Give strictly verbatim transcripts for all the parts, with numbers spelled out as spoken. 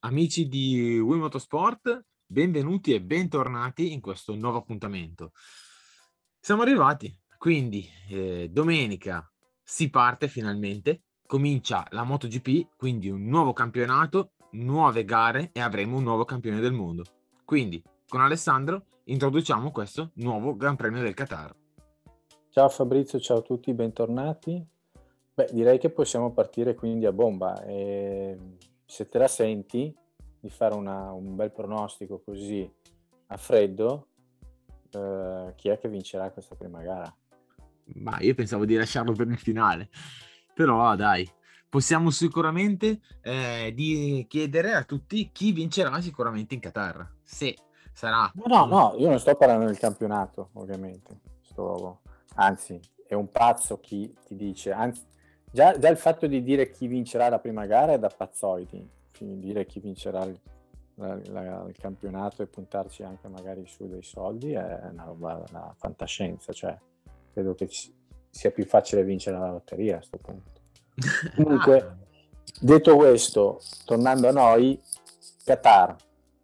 Amici di Wii Motorsport, benvenuti e bentornati in questo nuovo appuntamento. Siamo arrivati, quindi eh, domenica si parte finalmente, comincia la MotoGP, quindi un nuovo campionato, nuove gare e avremo un nuovo campione del mondo. Quindi con Alessandro introduciamo questo nuovo Gran Premio del Qatar. Ciao Fabrizio, ciao a tutti, bentornati. Beh, direi che possiamo partire quindi a bomba. E se te la senti di fare una- un bel pronostico così a freddo, eh, chi è che vincerà questa prima gara? Ma io pensavo di lasciarlo per il finale, però dai, possiamo sicuramente eh, di chiedere a tutti chi vincerà sicuramente in Qatar. Se sarà No, no, un... no, io non sto parlando del campionato, ovviamente. Sto- Anzi, è un pazzo chi ti dice, anzi, già, già il fatto di dire chi vincerà la prima gara è da pazzoidi, quindi dire chi vincerà il, la- la- il campionato e puntarci anche magari su dei soldi è una roba da fantascienza, cioè credo che ci- sia più facile vincere la lotteria a questo punto. Ah, Comunque, detto questo, tornando a noi, Qatar,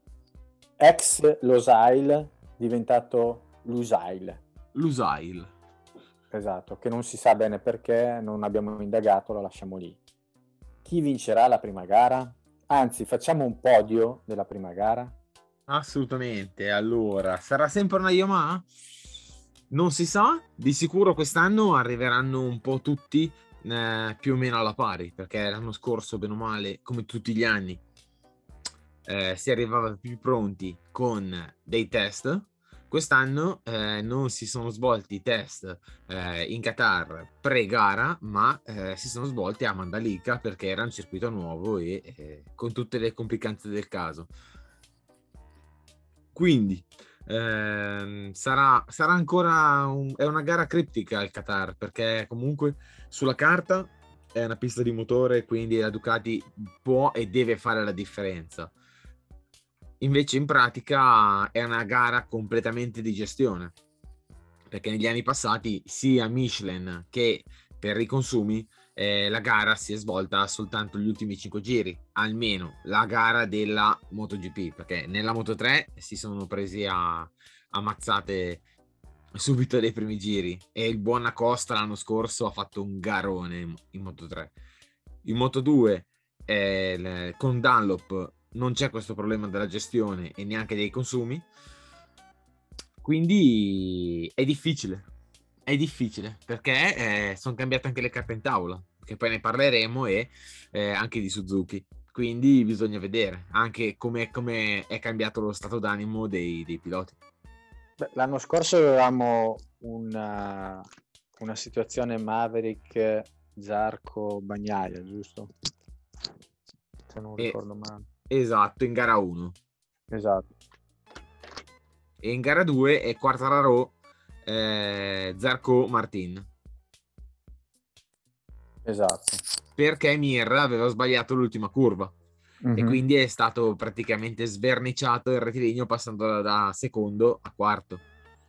ex Losail diventato Lusail, Lusail. esatto, che non si sa bene perché, non abbiamo indagato, lo lasciamo lì. Chi vincerà la prima gara? Anzi, facciamo un podio della prima gara. Assolutamente. Allora, sarà sempre una Yamaha? Non si sa. Di sicuro quest'anno arriveranno un po' tutti eh, più o meno alla pari, perché l'anno scorso, bene o male, come tutti gli anni, eh, si arrivava più pronti con dei test. Quest'anno eh, non si sono svolti i test eh, in Qatar pre-gara, ma eh, si sono svolti a Mandalika perché era un circuito nuovo e eh, con tutte le complicanze del caso. Quindi ehm, sarà, sarà ancora un- è una gara criptica il Qatar perché comunque sulla carta è una pista di motore, quindi la Ducati può e deve fare la differenza. Invece in pratica è una gara completamente di gestione, perché negli anni passati sia Michelin che per i consumi eh, la gara si è svolta soltanto gli ultimi cinque giri, almeno la gara della MotoGP, perché nella Moto tre si sono presi a, a mazzate subito dai primi giri e il buon Acosta l'anno scorso ha fatto un garone in, in Moto tre. In Moto due eh, con Dunlop non c'è questo problema della gestione e neanche dei consumi, quindi è difficile, è difficile perché eh, sono cambiate anche le carte in tavola, che poi ne parleremo, e eh, anche di Suzuki, quindi bisogna vedere anche come, come è cambiato lo stato d'animo dei, dei piloti. Beh, l'anno scorso avevamo una, una situazione Maverick, Zarco, Bagnaia, giusto? Se non E, ricordo male. esatto, in gara uno. Esatto. E in gara due è Quartararo, eh, Zarco, Martin, Esatto. perché Mir aveva sbagliato l'ultima curva e Mm-hmm. quindi è stato praticamente sverniciato il rettilineo passando da, da secondo a quarto.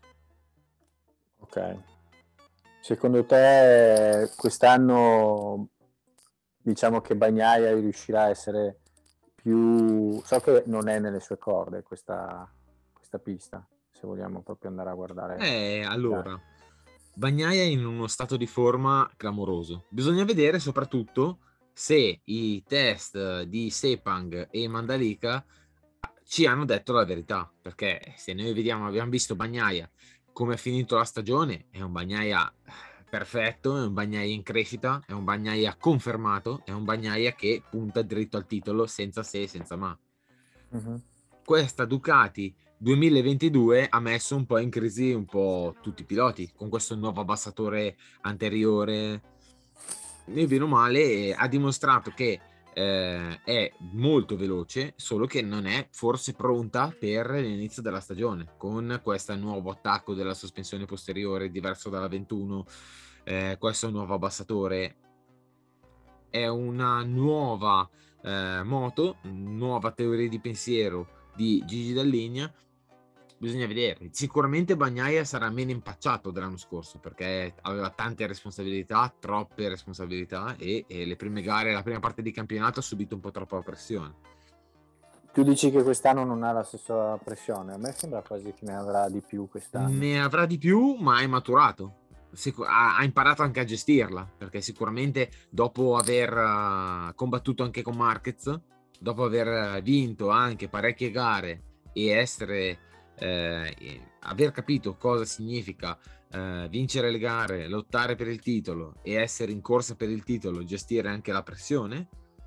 Ok. Secondo te quest'anno diciamo che Bagnaia riuscirà a essere più... So che non è nelle sue corde questa, questa pista, se vogliamo proprio andare a guardare Eh, le gare. allora, Bagnaia è in uno stato di forma clamoroso. Bisogna vedere soprattutto se i test di Sepang e Mandalika ci hanno detto la verità, perché se noi vediamo, abbiamo visto Bagnaia come è finito la stagione, è un Bagnaia perfetto, è un Bagnaia in crescita, è un Bagnaia confermato, è un Bagnaia che punta dritto al titolo senza se e senza ma. Mhm. Questa Ducati duemilaventidue ha messo un po' in crisi un po' tutti i piloti con questo nuovo abbassatore anteriore, e bene o male ha dimostrato che eh, è molto veloce, solo che non è forse pronta per l'inizio della stagione con questo nuovo attacco della sospensione posteriore diverso dalla ventuno, eh, questo nuovo abbassatore. È una nuova eh, moto, nuova teoria di pensiero di Gigi Dall'Igna. Bisogna vedere. Sicuramente Bagnaia sarà meno impacciato dell'anno scorso perché aveva tante responsabilità, troppe responsabilità, e, e le prime gare, la prima parte di campionato ha subito un po' troppa pressione. Tu dici che quest'anno non ha la stessa pressione, a me sembra quasi che ne avrà di più quest'anno. Ne avrà di più, ma è maturato. Sicu- ha, ha imparato anche a gestirla, perché sicuramente dopo aver uh, combattuto anche con Marquez, dopo aver vinto anche parecchie gare e essere eh, e aver capito cosa significa eh, vincere le gare, lottare per il titolo e essere in corsa per il titolo, gestire anche la pressione,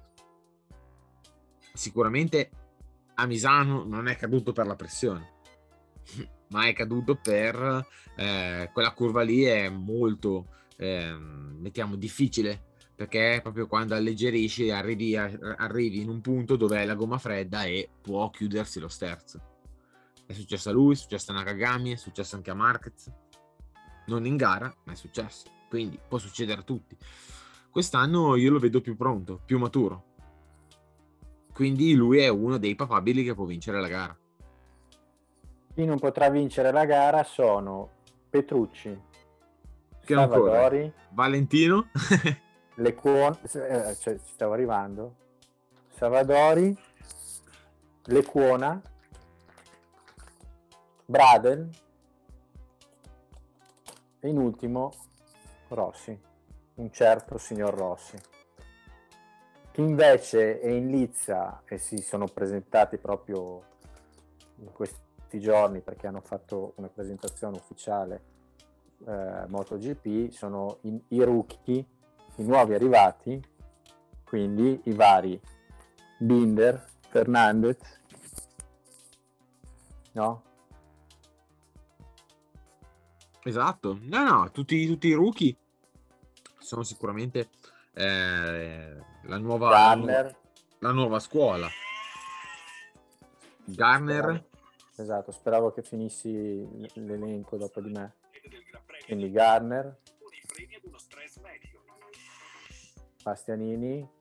sicuramente a Misano non è caduto per la pressione, ma è caduto per eh, quella curva lì è molto eh, mettiamo difficile, perché proprio quando alleggerisci arrivi, a, arrivi in un punto dove hai la gomma fredda e può chiudersi lo sterzo. È successo a lui, è successo a Nakagami, è successo anche a Marquez, non in gara ma è successo, quindi può succedere a tutti. Quest'anno io lo vedo più pronto, più maturo, quindi lui è uno dei papabili che può vincere la gara. Chi non potrà vincere la gara sono Petrucci, Che non corre. Savadori, Valentino, Lecuona, eh, cioè ci stavo arrivando, Savadori, Lecuona, Bradel e in ultimo Rossi, un certo signor Rossi. Chi invece è in lizza e si sono presentati proprio in questi giorni perché hanno fatto una presentazione ufficiale eh, MotoGP sono i, i rookie, i nuovi arrivati, quindi i vari Binder, Fernandez, no? esatto, no no, tutti, tutti i rookie sono sicuramente eh, la, nuova, la, nuova, la nuova scuola. Garner, speravo, esatto, speravo che finissi l'elenco dopo di me. Quindi Garner, Bastianini,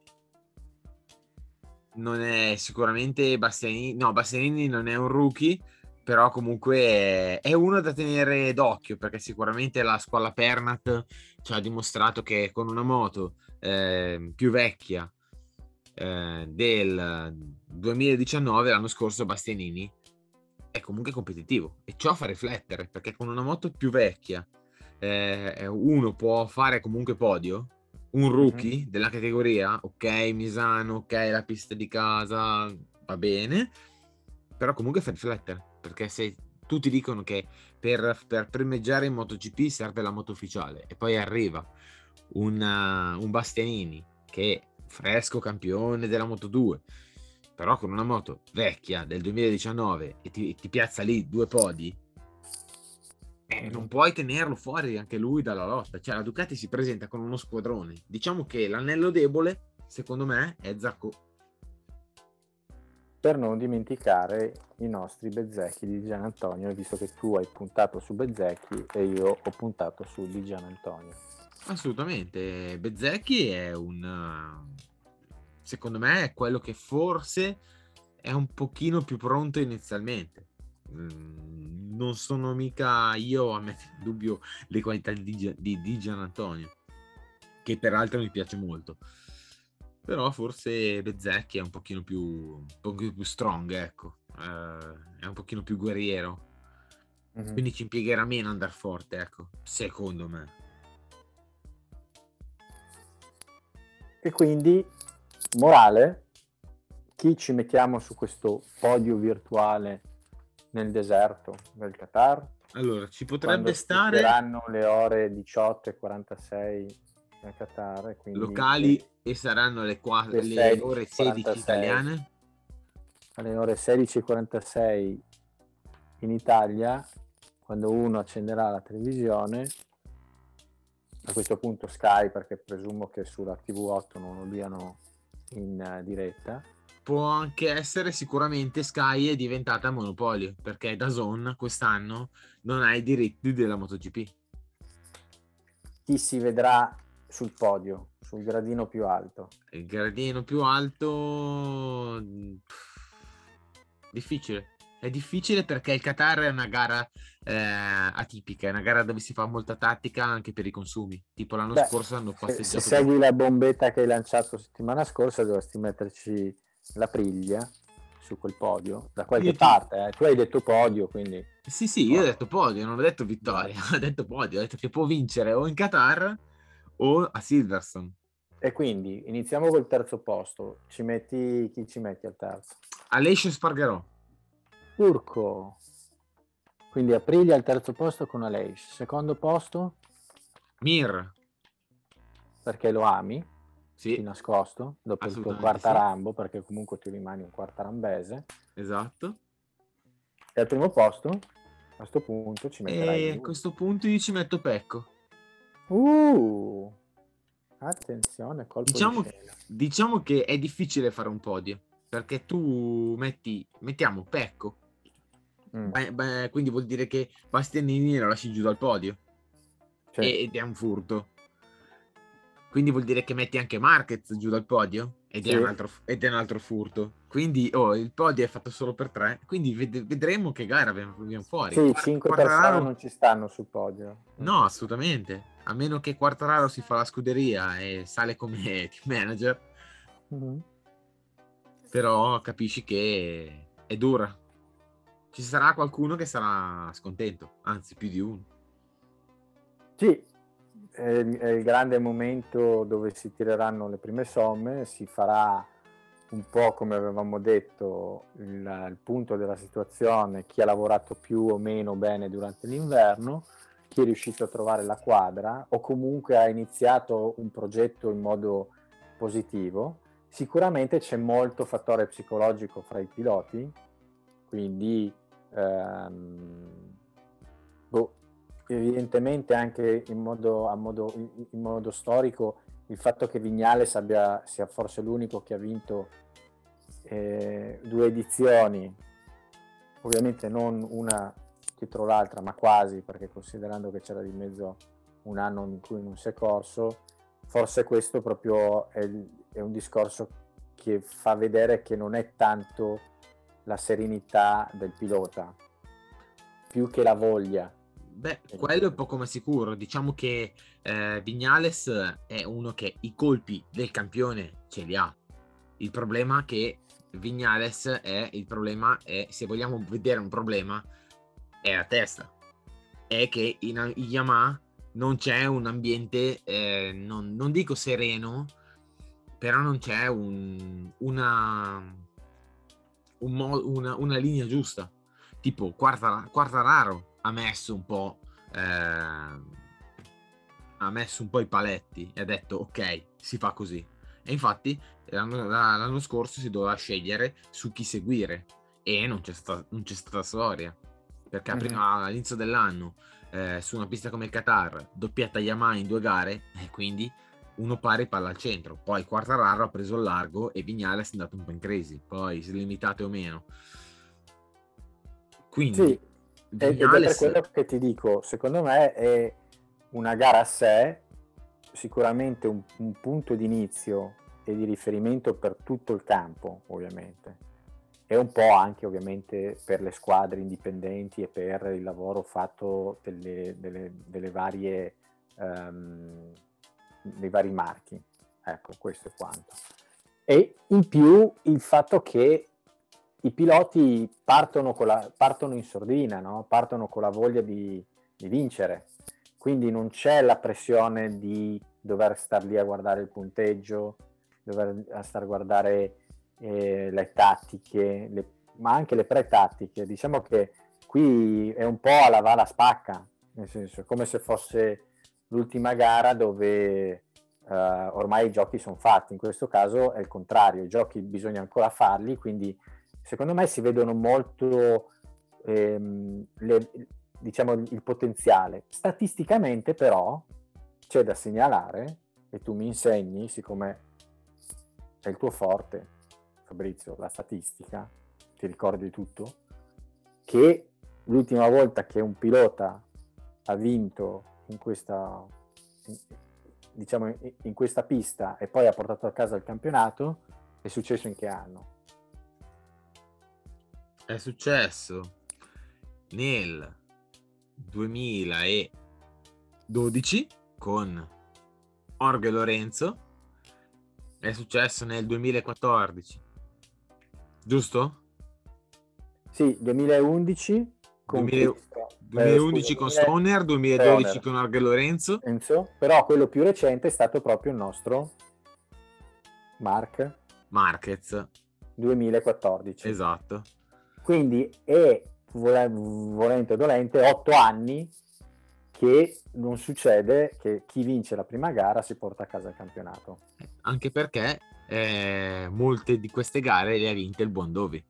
non è sicuramente Bastianini, no, Bastianini non è un rookie, però comunque è, è uno da tenere d'occhio, perché sicuramente la scuola Pernat ci ha dimostrato che con una moto eh, più vecchia eh, del duemiladiciannove, l'anno scorso, Bastianini è comunque competitivo e ciò fa riflettere, perché con una moto più vecchia eh, uno può fare comunque podio, un rookie mm-hmm. della categoria, ok Misano, ok la pista di casa, va bene, però comunque fa riflettere, perché se tutti dicono che per, per primeggiare in MotoGP serve la moto ufficiale e poi arriva un, uh, un Bastianini che è fresco campione della Moto due, però con una moto vecchia del duemiladiciannove e ti, ti piazza lì due podi, eh, non puoi tenerlo fuori anche lui dalla lotta. Cioè la Ducati si presenta con uno squadrone, diciamo che l'anello debole secondo me è Zarco, per non dimenticare i nostri Bezzecchi di Gian Antonio, visto che tu hai puntato su Bezzecchi e io ho puntato su di Gian Antonio. Assolutamente, Bezzecchi è un, secondo me è quello che forse è un pochino più pronto inizialmente. Non sono mica io a mettere in dubbio le qualità di, di, di Gian Antonio, che peraltro mi piace molto, però forse Bezzecchi è un pochino più un pochino più strong, ecco, eh, è un pochino più guerriero, mm-hmm. quindi ci impiegherà meno ad andare forte, ecco, secondo me. E quindi morale, chi ci mettiamo su questo podio virtuale nel deserto del Qatar? Allora, ci potrebbe stare... Saranno le ore diciotto e quarantasei a Qatar. Quindi locali le... e saranno le, qua... le, le ore sedici italiane. Alle ore sedici e quarantasei in Italia, quando uno accenderà la televisione, a questo punto Sky, perché presumo che sulla tivù otto non lo diano in uh, diretta. Può anche essere, sicuramente Sky è diventata monopolio, perché DAZN quest'anno non ha i diritti della MotoGP. Chi si vedrà sul podio, sul gradino più alto? Il gradino più alto... difficile. È difficile perché il Qatar è una gara eh, atipica, è una gara dove si fa molta tattica anche per i consumi. Tipo l'anno Beh, scorso hanno pasteggiato... Se, se segui la bombetta che hai lanciato settimana scorsa dovresti metterci l'Aprilia. su quel podio? Da qualche Io ti- parte, eh? Tu hai detto podio, quindi... Sì, sì, io ho detto podio, non ho detto vittoria, ho detto podio, ho detto che può vincere o in Qatar o a Silverstone. E quindi iniziamo col terzo posto. Ci metti... Chi ci metti al terzo? Alessio Spargarò. Urco. Quindi Aprilia al terzo posto con Aleix. Secondo posto, Mir, perché lo ami, di sì, nascosto, dopo il tuo assolutamente sì, quartarambo, perché comunque tu rimani un quartarambese. esatto. E al primo posto, a questo punto, ci metterai E a lui. questo punto io ci metto Pecco. Uh, attenzione, colpo di Diciamo, scena. diciamo che è difficile fare un podio, perché tu metti, mettiamo Pecco, Mm, beh, beh, quindi vuol dire che Bastianini lo lasci giù dal podio, sì, ed è un furto. Quindi vuol dire che metti anche Marquez giù dal podio, ed è un sì, altro, ed è un altro furto. Quindi oh, il podio è fatto solo per tre, quindi ved- vedremo che gara viene fuori. sì, Quart- cinque persone Quartararo. non ci stanno sul podio. Non No, ci stanno. assolutamente. A meno che Quartararo si fa la scuderia e sale come team manager, Mhm. però capisci che è dura. Ci sarà qualcuno che sarà scontento, anzi più di uno. Sì, è il, è il grande momento dove si tireranno le prime somme, si farà un po' come avevamo detto il, il punto della situazione, chi ha lavorato più o meno bene durante l'inverno, chi è riuscito a trovare la quadra o comunque ha iniziato un progetto in modo positivo. Sicuramente c'è molto fattore psicologico fra i piloti, quindi ehm, boh, evidentemente anche in modo, a modo, in modo storico il fatto che Vignales abbia, sia forse l'unico che ha vinto eh, due edizioni, ovviamente non una dietro l'altra, ma quasi, perché considerando che c'era di mezzo un anno in cui non si è corso, forse questo proprio è, è un discorso che fa vedere che non è tanto la serenità del pilota, più che la voglia. Beh, quello è poco ma sicuro. Diciamo che eh, Vignales è uno che i colpi del campione ce li ha. Il problema è che Vignales è il problema è, se vogliamo vedere un problema, è a testa. È che in, in Yamaha non c'è un ambiente, eh, non, non dico sereno, però non c'è un, una, un mo- una, una linea giusta. Tipo Quartara- Quartararo ha messo un po' eh, ha messo un po' i paletti e ha detto ok, si fa così. E infatti l'anno, l'anno scorso si doveva scegliere su chi seguire e non c'è, sta, non c'è stata storia. Perché Mm-hmm. prima, all'inizio dell'anno eh, su una pista come il Qatar, doppietta Yamaha in due gare e quindi uno pari palla al centro. Poi Quartararo ha preso il largo e Vignales è andato un po' in crisi. Poi si limitate o meno. Quindi Sì, ed è per Vignales. quello che ti dico, secondo me è una gara a sé, sicuramente un, un punto di inizio e di riferimento per tutto il campo, ovviamente. E un po' anche ovviamente per le squadre indipendenti e per il lavoro fatto delle, delle, delle varie, um, dei vari marchi. Ecco, questo è quanto. E in più il fatto che i piloti partono, con la, partono in sordina, no? Partono con la voglia di, di vincere, quindi non c'è la pressione di dover star lì a guardare il punteggio, dover star a guardare eh, le tattiche, le, ma anche le pre-tattiche. Diciamo che qui è un po' alla va la spacca, nel senso, è come se fosse l'ultima gara dove uh, ormai i giochi sono fatti. In questo caso è il contrario, i giochi bisogna ancora farli, quindi secondo me si vedono molto ehm, le, diciamo il potenziale. Statisticamente però c'è da segnalare, e tu mi insegni, siccome è il tuo forte, Fabrizio, la statistica, ti ricordi tutto, che l'ultima volta che un pilota ha vinto in questa, diciamo, in questa pista e poi ha portato a casa il campionato è successo in che anno? È successo nel duemiladodici con Jorge Lorenzo, è successo nel duemilaquattordici, giusto? Sì, duemilaundici con duemila Cristo, eh, scusa, duemilaundici con duemila Stoner, duemiladodici Stoner, con Arge Lorenzo, Enzo, però quello più recente è stato proprio il nostro Mark Marquez, duemilaquattordici. esatto. Quindi è, vole- volente o dolente, otto anni che non succede che chi vince la prima gara si porta a casa il campionato. Anche perché eh, molte di queste gare le ha vinte il buon Dovi.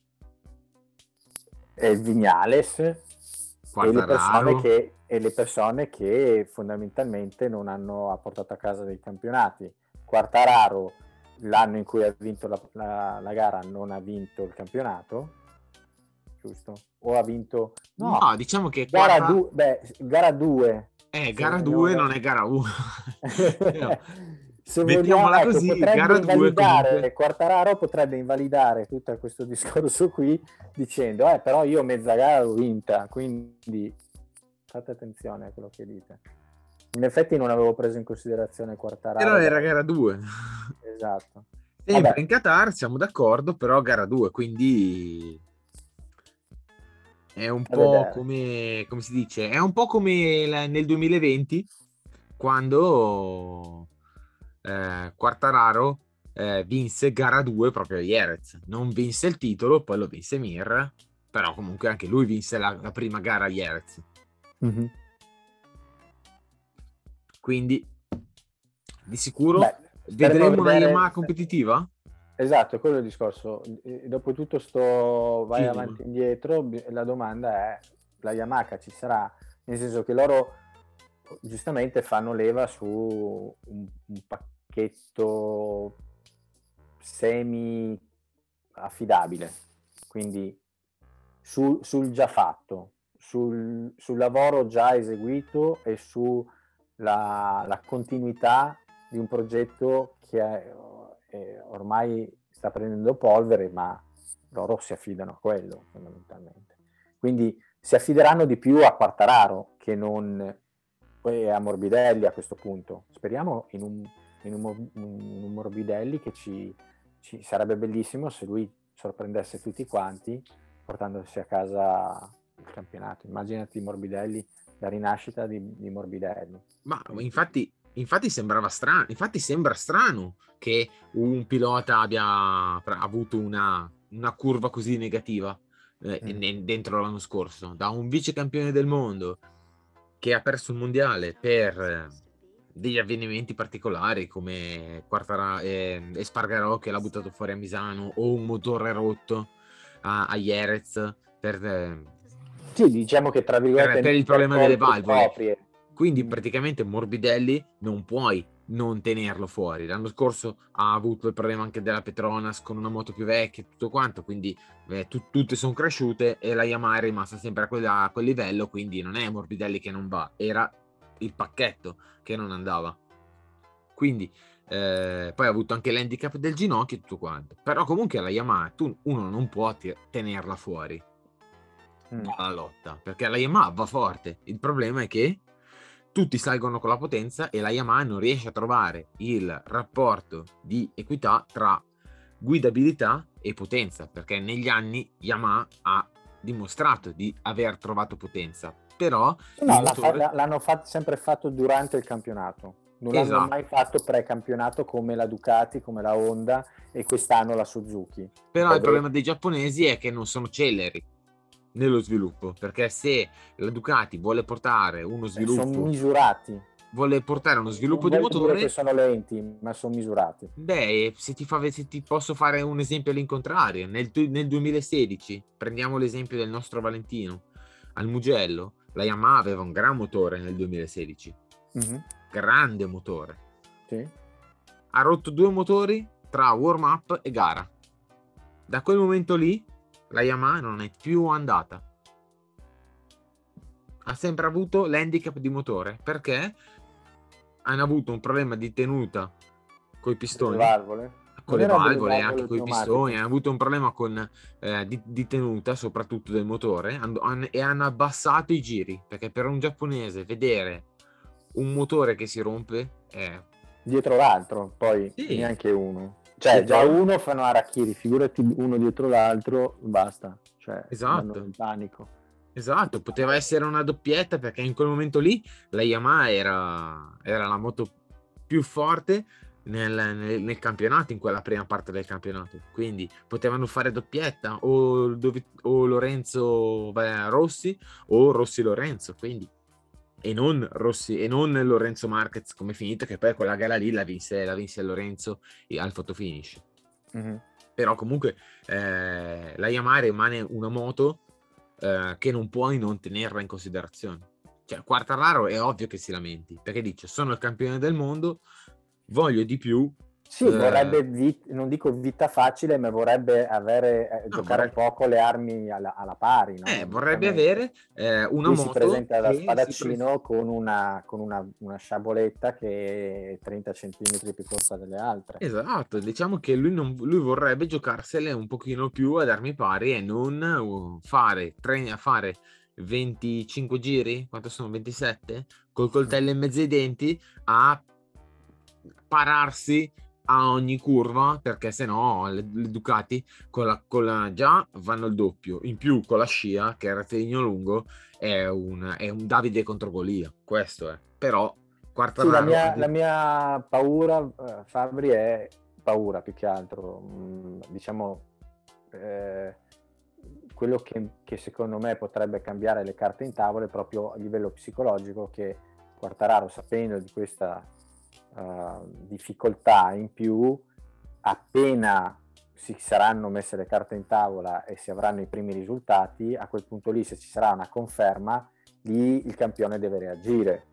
E il Vignales e le persone Quartararo, che, e le persone che fondamentalmente non hanno portato a casa dei campionati. Quartararo, l'anno in cui ha vinto la, la, la gara, non ha vinto il campionato, giusto? O ha vinto, no, no, diciamo che gara quarta, due, beh, gara due. eh, Se gara vogliamo, due non è gara uno. se vogliamo, Mettiamola ecco, così, potrebbe gara due comunque. invalidare Quartararo, potrebbe invalidare tutto questo discorso qui dicendo, eh, però io mezza gara l'ho vinta, quindi fate attenzione a quello che dite. In effetti non avevo preso in considerazione Però Quartararo. era Da... gara due. Esatto. Sempre in Vabbè, Qatar, siamo d'accordo, però gara due, quindi è un da po' vedere. come, come si dice, è un po' come la- nel duemilaventi, quando eh, Quartararo eh, vinse gara due proprio a Jerez. Non vinse il titolo, poi lo vinse Mir, però comunque anche lui vinse la, la prima gara a Jerez. Mm-hmm. Quindi di sicuro Beh, staremo a vedremo una vedere. Yamaha competitiva? Esatto, è quello è il discorso. E dopo tutto sto vai Cinema. avanti e indietro, bi- la domanda è, la Yamaha ci sarà? Nel senso che loro giustamente fanno leva su un, un pacchetto semi affidabile, quindi sul, sul già fatto, sul, sul lavoro già eseguito e sulla la continuità di un progetto che è, è ormai sta prendendo polvere, ma loro si affidano a quello fondamentalmente. Quindi si affideranno di più a Quartararo che non e a Morbidelli a questo punto. Speriamo in un, in un, in un Morbidelli che ci, ci sarebbe bellissimo se lui sorprendesse tutti quanti portandosi a casa il campionato. Immaginati Morbidelli, la rinascita di, di Morbidelli. Ma Quindi, infatti, infatti sembrava strano, infatti sembra strano che un pilota abbia pra- avuto una, una curva così negativa eh, mm. ne- dentro l'anno scorso, da un vice campione del mondo che ha perso il mondiale per eh, degli avvenimenti particolari come Quartara, eh, Espargarò che l'ha buttato fuori a Misano o un motore rotto a, a Jerez per, eh, Sì, diciamo che tra per, virgolette per non il per problema delle colpe valvole. proprie. Quindi Mm. praticamente Morbidelli non puoi non tenerlo fuori. L'anno scorso ha avuto il problema anche della Petronas con una moto più vecchia e tutto quanto, quindi eh, tu, tutte sono cresciute e la Yamaha è rimasta sempre a, quella, a quel livello, quindi non è Morbidelli che non va, era il pacchetto che non andava. Quindi eh, poi ha avuto anche l'handicap del ginocchio e tutto quanto. Però comunque la Yamaha tu, uno non può t- tenerla fuori Mm. dalla lotta, perché la Yamaha va forte. Il problema è che tutti salgono con la potenza e la Yamaha non riesce a trovare il rapporto di equità tra guidabilità e potenza, perché negli anni Yamaha ha dimostrato di aver trovato potenza, però il No, l'ha fa- motore l'hanno fatto, sempre fatto durante il campionato. Non l'hanno mai esatto. fatto pre-campionato come la Ducati, come la Honda e quest'anno la Suzuki, Però il dove problema dei giapponesi è che non sono celeri nello sviluppo, perché se la Ducati vuole portare uno sono sviluppo misurati. vuole portare uno Non sviluppo di voglio dire che motore. sono lenti, ma sono misurati. Beh, se ti, fa, se ti posso fare un esempio all'incontrario, nel, nel duemilasedici, prendiamo l'esempio del nostro Valentino, al Mugello, la Yamaha aveva un gran motore nel duemilasedici, Mm-hmm. grande motore. Sì. Ha rotto due motori tra warm-up e gara. Da quel momento lì, la Yamaha non è più andata. Ha sempre avuto l'handicap di motore, perché hanno avuto un problema di tenuta con i Delle pistoni, valvole. con Non le era delle valvole e valvole anche con i pistoni, automatiche. hanno avuto un problema con, eh, di, di tenuta, soprattutto del motore, hanno, hanno, e hanno abbassato i giri, perché per un giapponese vedere un motore che si rompe è... Dietro l'altro, poi Sì, neanche uno. Cioè, dietro già la... uno fanno Harakiri, figurati uno dietro l'altro, basta. cioè vanno Esatto. in panico. Esatto, poteva essere una doppietta perché in quel momento lì la Yamaha era, era la moto più forte nel, nel- nel campionato, in quella prima parte del campionato. Quindi potevano fare doppietta o, Dovi- o Lorenzo beh, Rossi o Rossi Lorenzo. Quindi, e non Rossi e non Lorenzo Marquez come è finito, che poi quella gara lì la vinse, la vinse Lorenzo al fotofinish. Mhm. Però comunque eh, la Yamaha rimane una moto eh, che non puoi non tenerla in considerazione. Cioè, Quartararo è ovvio che si lamenti, perché dice, sono il campione del mondo, voglio di più. Sì, eh, vorrebbe, vit- non dico vita facile, ma vorrebbe avere, eh, no, giocare un vorrebbe, po' con le armi alla, alla pari, eh, no? vorrebbe Giustamente. avere eh, una Lui si moto presenta da che si presta. spadaccino con una, con una, una sciaboletta che è trenta centimetri più corta delle altre. Esatto, diciamo che lui, non, lui vorrebbe giocarsele un pochino più ad armi pari e non uh, fare, tre, fare venticinque giri, quanto sono? ventisette? Col coltello in mezzo ai denti a pararsi a ogni curva, perché se no le, le Ducati con la, con la- già vanno il doppio, in più con la scia, che è il rettilineo lungo, è un, è un Davide contro Golia, questo è. Però Sì, la Quartararo ha mia, la detto, mia paura, eh, Fabri, è paura più che altro. Mm, diciamo, eh, quello che, che secondo me potrebbe cambiare le carte in tavola è proprio a livello psicologico, che Quartararo, sapendo di questa eh, difficoltà in più, appena si saranno messe le carte in tavola e si avranno i primi risultati, a quel punto lì, se ci sarà una conferma, lì il campione deve reagire.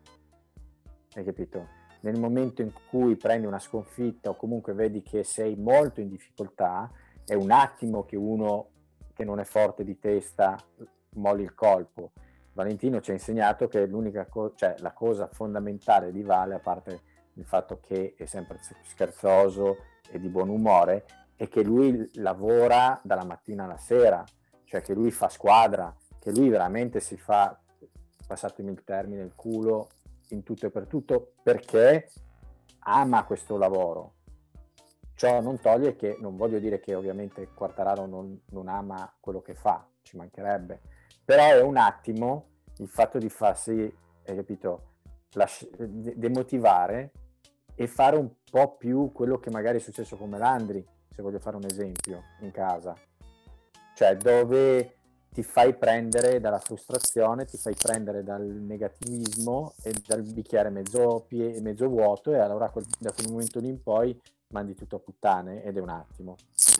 Hai capito? Nel momento in cui prendi una sconfitta o comunque vedi che sei molto in difficoltà, è un attimo che uno che non è forte di testa molli il colpo. Valentino ci ha insegnato che l'unica cosa, cioè la cosa fondamentale di Vale, a parte il fatto che è sempre scherzoso e di buon umore, è che lui lavora dalla mattina alla sera, cioè che lui fa squadra, che lui veramente si fa, passatemi il termine, il culo in tutto e per tutto, perché ama questo lavoro. Ciò non toglie che, non voglio dire che ovviamente Quartararo non, non ama quello che fa, ci mancherebbe, però è un attimo il fatto di farsi, hai capito, lasci- de- demotivare e fare un po' più quello che magari è successo con Melandri, se voglio fare un esempio, in casa. Cioè dove ti fai prendere dalla frustrazione, ti fai prendere dal negativismo e dal bicchiere mezzo, pie- mezzo vuoto, e allora quel- da quel momento lì in poi mandi tutto a puttane, ed è un attimo.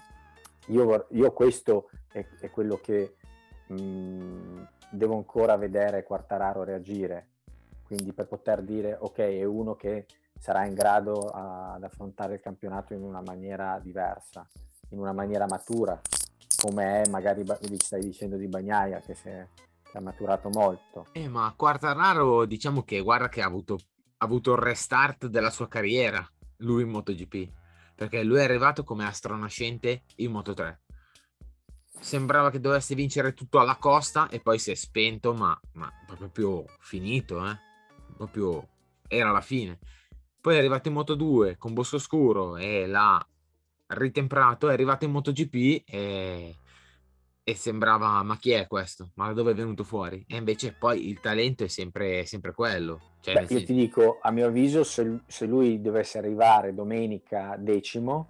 Io, vor- io questo è, è quello che mh, devo ancora vedere Quartararo reagire, quindi per poter dire ok, è uno che sarà in grado a- ad affrontare il campionato in una maniera diversa, in una maniera matura, come è magari, ba- stai dicendo di Bagnaia, che, si è, che ha maturato molto. eh, ma Quartararo diciamo che guarda che ha avuto, ha avuto il restart della sua carriera, lui in MotoGP, perché lui è arrivato come astronascente in Moto tre. Sembrava che dovesse vincere tutto alla costa e poi si è spento, ma, ma proprio finito, eh? Proprio era la fine. Poi è arrivato in Moto due con Boscoscuro e l'ha ritemprato, è arrivato in MotoGP e, e sembrava, ma chi è questo? Ma da dove è venuto fuori? E invece poi il talento è sempre, è sempre quello. Cioè, Beh, nel io ti senso, dico, a mio avviso, se, se lui dovesse arrivare domenica decimo,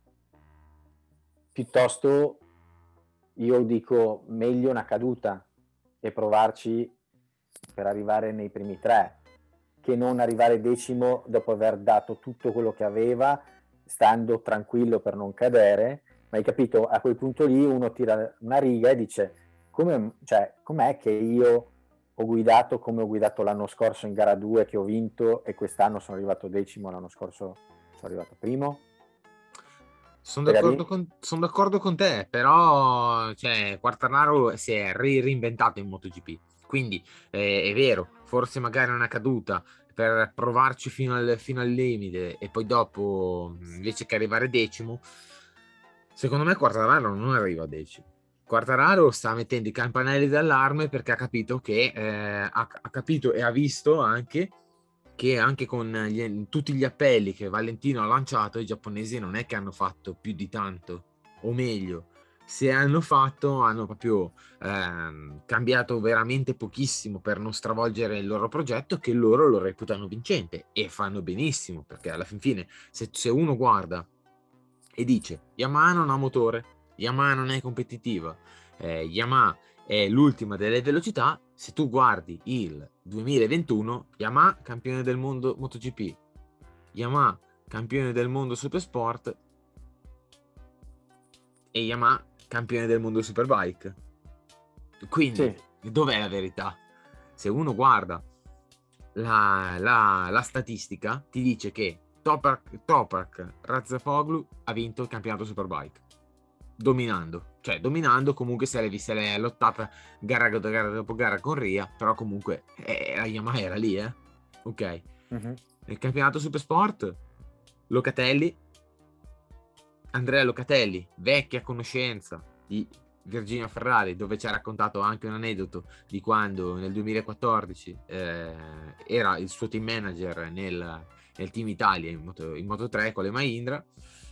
piuttosto io dico meglio una caduta e provarci per arrivare nei primi tre, che non arrivare decimo dopo aver dato tutto quello che aveva, stando tranquillo per non cadere. Ma hai capito? A quel punto lì uno tira una riga e dice come, cioè, com'è che io ho guidato come ho guidato l'anno scorso in gara due, che ho vinto, e quest'anno sono arrivato decimo, l'anno scorso sono arrivato primo. sono d'accordo Spiegali? con, son d'accordo con te, però cioè, Quartararo si è ri- reinventato in MotoGP. Quindi eh, è vero, forse magari una caduta per provarci fino al, fino al limite e poi dopo invece che arrivare decimo, secondo me Quartararo non arriva a decimo. Quartararo sta mettendo i campanelli d'allarme perché ha capito che eh, ha, ha capito e ha visto anche che anche con gli- tutti gli appelli che Valentino ha lanciato, i giapponesi non è che hanno fatto più di tanto, o meglio, se hanno fatto, hanno proprio ehm, cambiato veramente pochissimo per non stravolgere il loro progetto, che loro lo reputano vincente, e fanno benissimo, perché alla fin fine se, se uno guarda e dice Yamaha non ha motore, Yamaha non è competitiva, eh, Yamaha è l'ultima delle velocità, se tu guardi il duemilaventuno, Yamaha campione del mondo MotoGP, Yamaha campione del mondo Supersport e Yamaha campione del mondo Superbike. Quindi Sì. dov'è la verità? Se uno guarda la, la, la statistica, ti dice che Toprak, Toprak Razafoglu ha vinto il campionato Superbike dominando, cioè dominando comunque se l'è, se l'è lottata gara dopo gara dopo gara con Ria, però comunque eh, la Yamaha era lì, eh? Ok. Mm-hmm. Nel campionato Supersport Locatelli, Andrea Locatelli, vecchia conoscenza di Virginia Ferrari, dove ci ha raccontato anche un aneddoto di quando nel duemilaquattordici eh, era il suo team manager nel, nel Team Italia in Moto, in Moto tre con le Mahindra.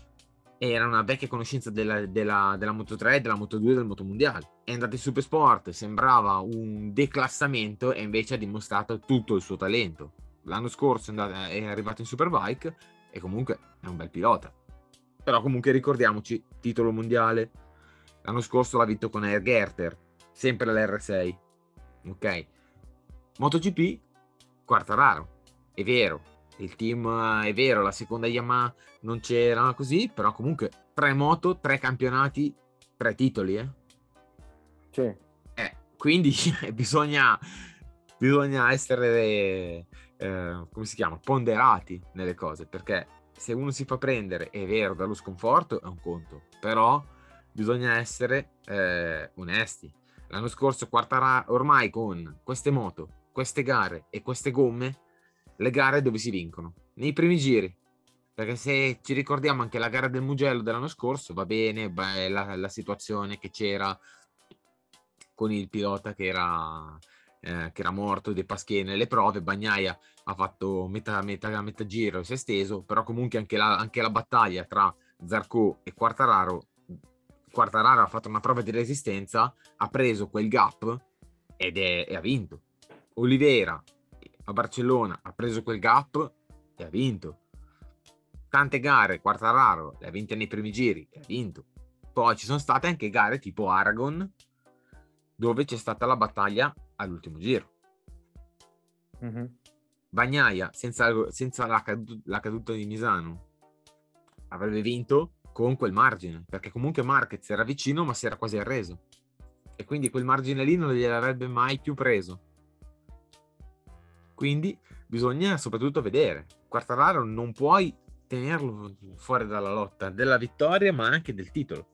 Era una vecchia conoscenza della, della, della Moto tre, della Moto due e del Motomondiale. È andato in Supersport, sembrava un declassamento e invece ha dimostrato tutto il suo talento. L'anno scorso è, andato, è arrivato in Superbike e comunque è un bel pilota. Però comunque ricordiamoci, titolo mondiale. L'anno scorso l'ha vinto con Air Gerter, sempre l'R sei. Ok. MotoGP, Quartararo. È vero, il team è vero, la seconda Yamaha non c'era così, però comunque tre moto, tre campionati, tre titoli, eh? Sì. Eh, quindi bisogna, bisogna essere, eh, come si chiama, ponderati nelle cose, perché se uno si fa prendere, è vero, dallo sconforto è un conto, però bisogna essere eh, onesti. L'anno scorso Quartararo, ormai con queste moto, queste gare e queste gomme, le gare dove si vincono? Nei primi giri. Perché se ci ricordiamo anche la gara del Mugello dell'anno scorso, va bene, beh, la, la situazione che c'era con il pilota che era, eh, che era morto, De Pasquier nelle prove, Bagnaia ha fatto metà, metà, metà giro e si è steso, però comunque anche la, anche la battaglia tra Zarco e Quartararo, Quartararo ha fatto una prova di resistenza, ha preso quel gap ed è, e ha vinto. Oliveira a Barcellona ha preso quel gap e ha vinto. Tante gare Quartararo le ha vinte nei primi giri e ha vinto. Poi ci sono state anche gare tipo Aragon dove c'è stata la battaglia all'ultimo giro. Mm-hmm. Bagnaia senza, senza la, cadu- la caduta di Misano avrebbe vinto con quel margine, perché comunque Marquez era vicino ma si era quasi arreso e quindi quel margine lì non gliel'avrebbe mai più preso. Quindi bisogna soprattutto vedere, Quartararo non puoi tenerlo fuori dalla lotta della vittoria ma anche del titolo.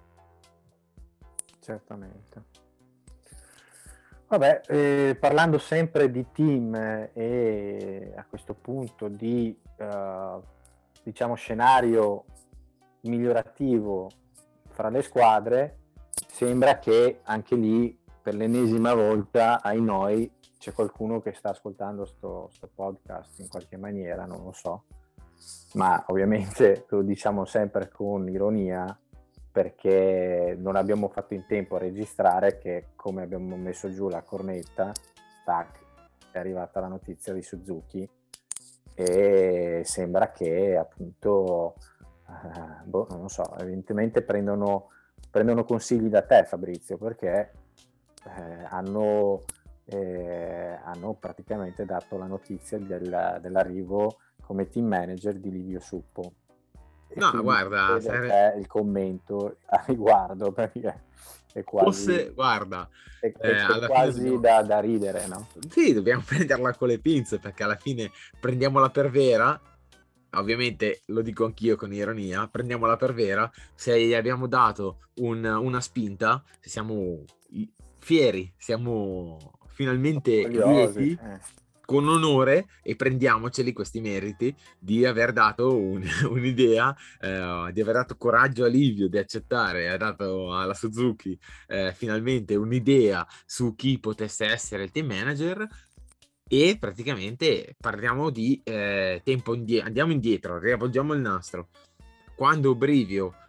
Certamente. Vabbè, eh, parlando sempre di team eh, e a questo punto di eh, diciamo scenario migliorativo fra le squadre, sembra che anche lì per l'ennesima volta ai noi c'è qualcuno che sta ascoltando sto, sto podcast in qualche maniera, non lo so, ma ovviamente lo diciamo sempre con ironia, perché non abbiamo fatto in tempo a registrare che, come abbiamo messo giù la cornetta, tac, è arrivata la notizia di Suzuki e sembra che appunto eh, boh, non lo so, evidentemente prendono, prendono consigli da te, Fabrizio, perché eh, hanno, eh, hanno praticamente dato la notizia del, dell'arrivo come team manager di Livio Suppo. E no, guarda, sare... il commento a riguardo, perché è quasi, fosse, guarda, è, eh, è, è alla quasi fine dobbiamo... da, da ridere, no? Sì, dobbiamo prenderla con le pinze, perché alla fine prendiamola per vera, ovviamente lo dico anch'io con ironia, prendiamola per vera, se gli abbiamo dato un, una spinta, se siamo fieri, siamo finalmente Curiosi, lieti, eh. con onore, e prendiamoceli questi meriti di aver dato un, un'idea, eh, di aver dato coraggio a Livio di accettare, ha dato alla Suzuki eh, finalmente un'idea su chi potesse essere il team manager. E praticamente parliamo di eh, tempo indietro, andiamo indietro, riavvolgiamo il nastro. Quando Brivio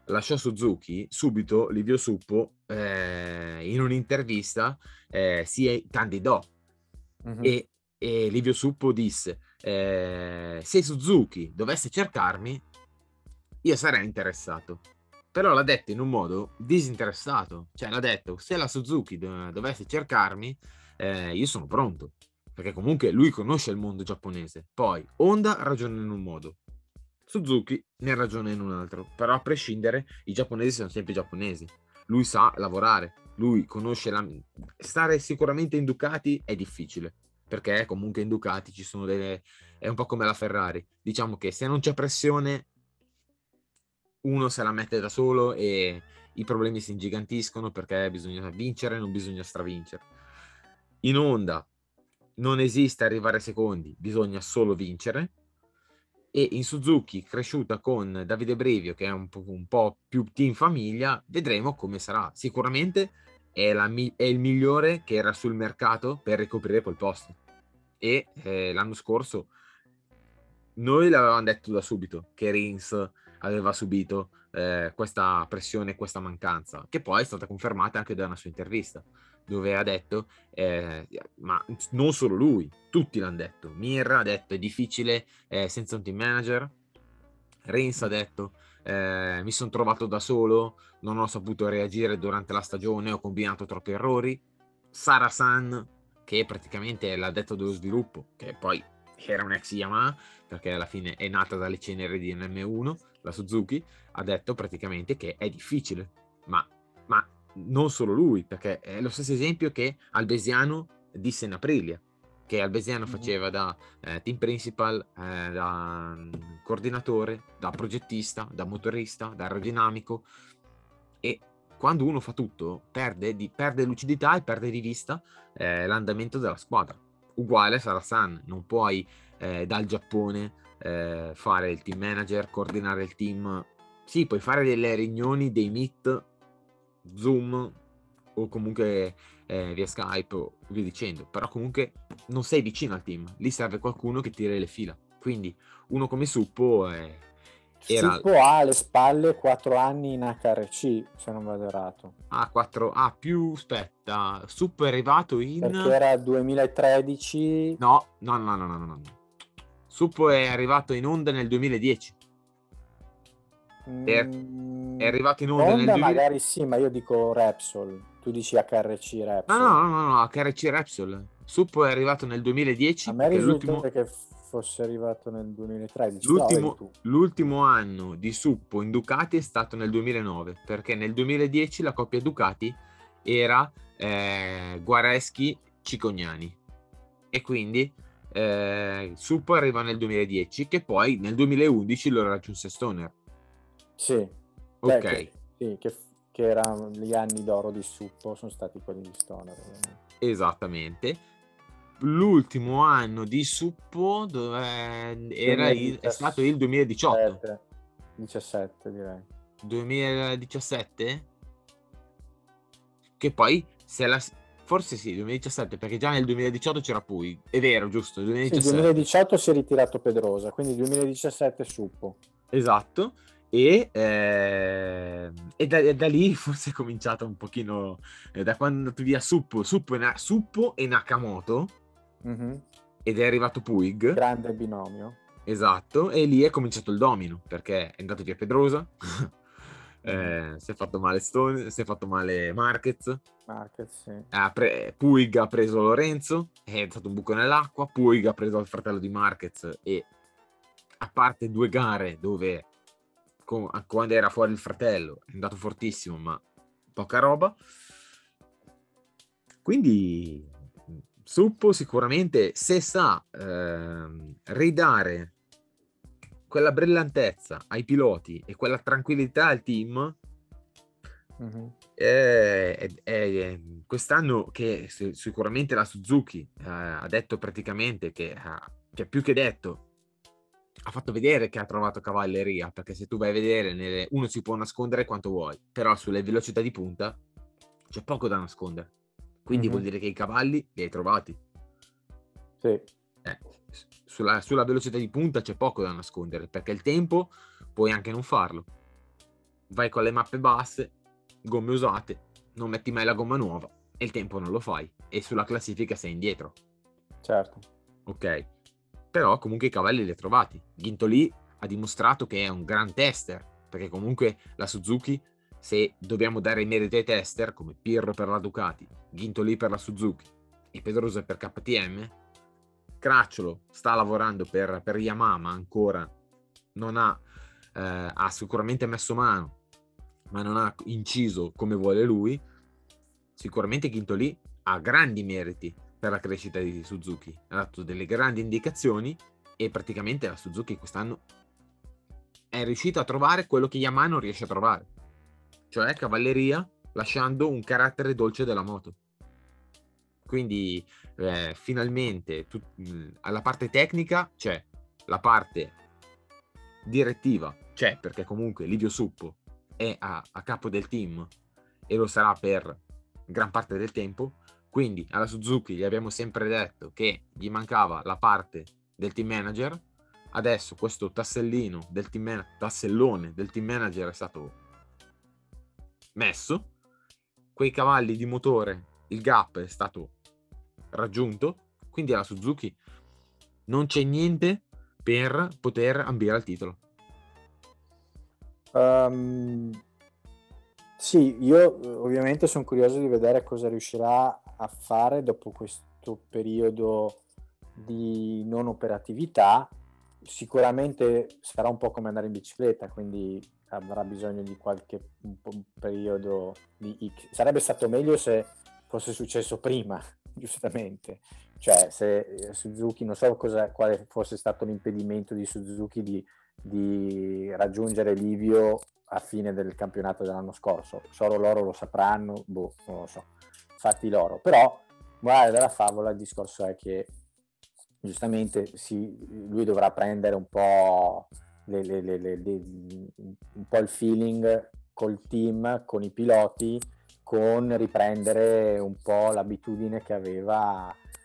lasciò Suzuki, subito Livio Suppo eh, in un'intervista eh, si candidò Mhm. e, e Livio Suppo disse eh, se Suzuki dovesse cercarmi io sarei interessato, però l'ha detto in un modo disinteressato, cioè l'ha detto se la Suzuki do- dovesse cercarmi eh, io sono pronto, perché comunque lui conosce il mondo giapponese. Poi Honda ragiona in un modo, Suzuki ne ragiona in un altro, però a prescindere i giapponesi sono sempre giapponesi, lui sa lavorare, lui conosce la... stare sicuramente in Ducati è difficile, perché comunque in Ducati ci sono delle... è un po' come la Ferrari, diciamo che se non c'è pressione uno se la mette da solo e i problemi si ingigantiscono perché bisogna vincere, non bisogna stravincere. In Honda non esiste arrivare secondi, bisogna solo vincere. E in Suzuki, cresciuta con Davide Brevio, che è un po', un po' più team famiglia, vedremo come sarà. Sicuramente è, la, è il migliore che era sul mercato per ricoprire quel posto. E eh, l'anno scorso noi l'avevamo detto da subito che Rins aveva subito eh, questa pressione, questa mancanza, che poi è stata confermata anche da una sua intervista, dove ha detto, eh, ma non solo lui, tutti l'hanno detto. Mir ha detto è difficile eh, senza un team manager. Rins ha detto eh, mi sono trovato da solo, non ho saputo reagire durante la stagione, ho combinato troppi errori. Sara-san, che praticamente è l'addetto dello sviluppo, che poi era un ex Yamaha, perché alla fine è nata dalle ceneri di N M uno, la Suzuki, ha detto praticamente che è difficile, ma, ma non solo lui, perché è lo stesso esempio che Albesiano disse in Aprilia, che Albesiano Mhm. faceva da eh, team principal, eh, da um, coordinatore, da progettista, da motorista, da aerodinamico, e quando uno fa tutto perde, di, perde lucidità e perde di vista eh, l'andamento della squadra. Uguale sarà San, non puoi eh, dal Giappone eh, fare il team manager, coordinare il team. Sì, puoi fare delle riunioni, dei meet, Zoom o comunque eh, via Skype o via dicendo, però comunque non sei vicino al team, lì serve qualcuno che tira le fila. Quindi uno come Suppo eh, era Suppo ha alle spalle quattro anni in H R C, se non vado errato. a quattro A più, aspetta, Suppo è arrivato Perché in... era duemilatredici. No, no, no, no, no, no, no. Suppo è arrivato in onda nel duemiladieci. Per... È Mm, arrivato in onda nel Honda duemila... magari sì, ma io dico Repsol. Tu dici H R C No, Repsol. no, no, no, no, H R C Repsol. Suppo è arrivato nel A duemiladieci me perché risulta l'ultimo... che fosse arrivato nel duemilatredici, però vedi L'ultimo, tu. l'ultimo anno di Suppo in Ducati è stato nel duemilanove, perché nel duemiladieci la coppia Ducati era eh, Guareschi-Cicognani e quindi eh, Suppo arriva nel duemiladieci, che poi nel duemilaundici lo raggiunse Stoner. Sì, beh, Ok, che, sì, che, che erano gli anni d'oro di Suppo, sono stati quelli di Stoner. Ovviamente. esattamente. L'ultimo anno di Suppo dove era il, è stato il duemiladiciotto. duemiladiciassette, diciassette direi. duemiladiciassette? Che poi se la... forse sì, duemiladiciassette, perché già nel duemiladiciotto c'era Puig. È vero, giusto, Sì, duemiladiciassette. duemiladiciotto si è ritirato Pedrosa, quindi duemiladiciassette Suppo. Esatto. E, eh, e da, da lì forse è cominciato un pochino, eh, da quando è andato via Suppo, Suppo e, Na- Suppo e Nakamoto, Mhm. ed è arrivato Puig. Grande binomio. Esatto, e lì è cominciato il domino, perché è andato via Pedrosa, Mhm. eh, si è fatto male Stone, si è fatto male Marquez, Marquez, sì. ha pre- Puig ha preso Lorenzo, è stato un buco nell'acqua, Puig ha preso il fratello di Marquez e a parte due gare dove con- quando era fuori il fratello è andato fortissimo, ma poca roba. Quindi Suppo sicuramente, se sa ehm, ridare quella brillantezza ai piloti e quella tranquillità al team, Mhm. eh, è, è- è- quest'anno che si- sicuramente la Suzuki eh, ha detto praticamente che, ha- che più che detto ha fatto vedere che ha trovato cavalleria, perché se tu vai a vedere nelle- uno si può nascondere quanto vuoi, però sulle velocità di punta c'è poco da nascondere, quindi vuol Mhm. dire che i cavalli li hai trovati. Sì. Eh, s- sulla, sulla velocità di punta c'è poco da nascondere, perché il tempo puoi anche non farlo. vai con le mappe basse, gomme usate, non metti mai la gomma nuova e il tempo non lo fai e sulla classifica sei indietro. Certo. Ok, però comunque i cavalli li ha trovati. Ghintoli ha dimostrato che è un gran tester, perché comunque la Suzuki, se dobbiamo dare i meriti ai tester come Pirro per la Ducati, Ghintoli per la Suzuki e Pedrosa per K T M, Cracciolo sta lavorando per, per Yamaha, ma ancora non ha, eh, ha sicuramente messo mano, ma non ha inciso come vuole lui. Sicuramente Ghintoli ha grandi meriti per la crescita di Suzuki, ha dato delle grandi indicazioni e praticamente la Suzuki quest'anno è riuscita a trovare quello che Yamaha non riesce a trovare, cioè cavalleria, lasciando un carattere dolce della moto. Quindi eh, finalmente tu, mh, alla parte tecnica c'è, la parte direttiva c'è, perché comunque Livio Suppo è a, a capo del team e lo sarà per gran parte del tempo. Quindi alla Suzuki gli abbiamo sempre detto che gli mancava la parte del team manager. Adesso questo tassellino del team man- tassellone del team manager è stato messo, quei cavalli di motore, il gap è stato raggiunto, quindi alla Suzuki non c'è niente per poter ambire al titolo. Um, sì, io ovviamente sono curioso di vedere cosa riuscirà a fare dopo questo periodo di non operatività. Sicuramente sarà un po' come andare in bicicletta, quindi avrà bisogno di qualche un un periodo di X. Sarebbe stato meglio se fosse successo prima, giustamente. Cioè, se Suzuki, non so cosa, quale fosse stato l'impedimento di Suzuki di, di raggiungere Livio a fine del campionato dell'anno scorso. Solo loro lo sapranno, boh, non lo so. Fatti loro. Però, morale della favola, il discorso è che giustamente sì, lui dovrà prendere un po', le, le, le, le, le, un po' il feeling col team, con i piloti, con riprendere un po' l'abitudine che aveva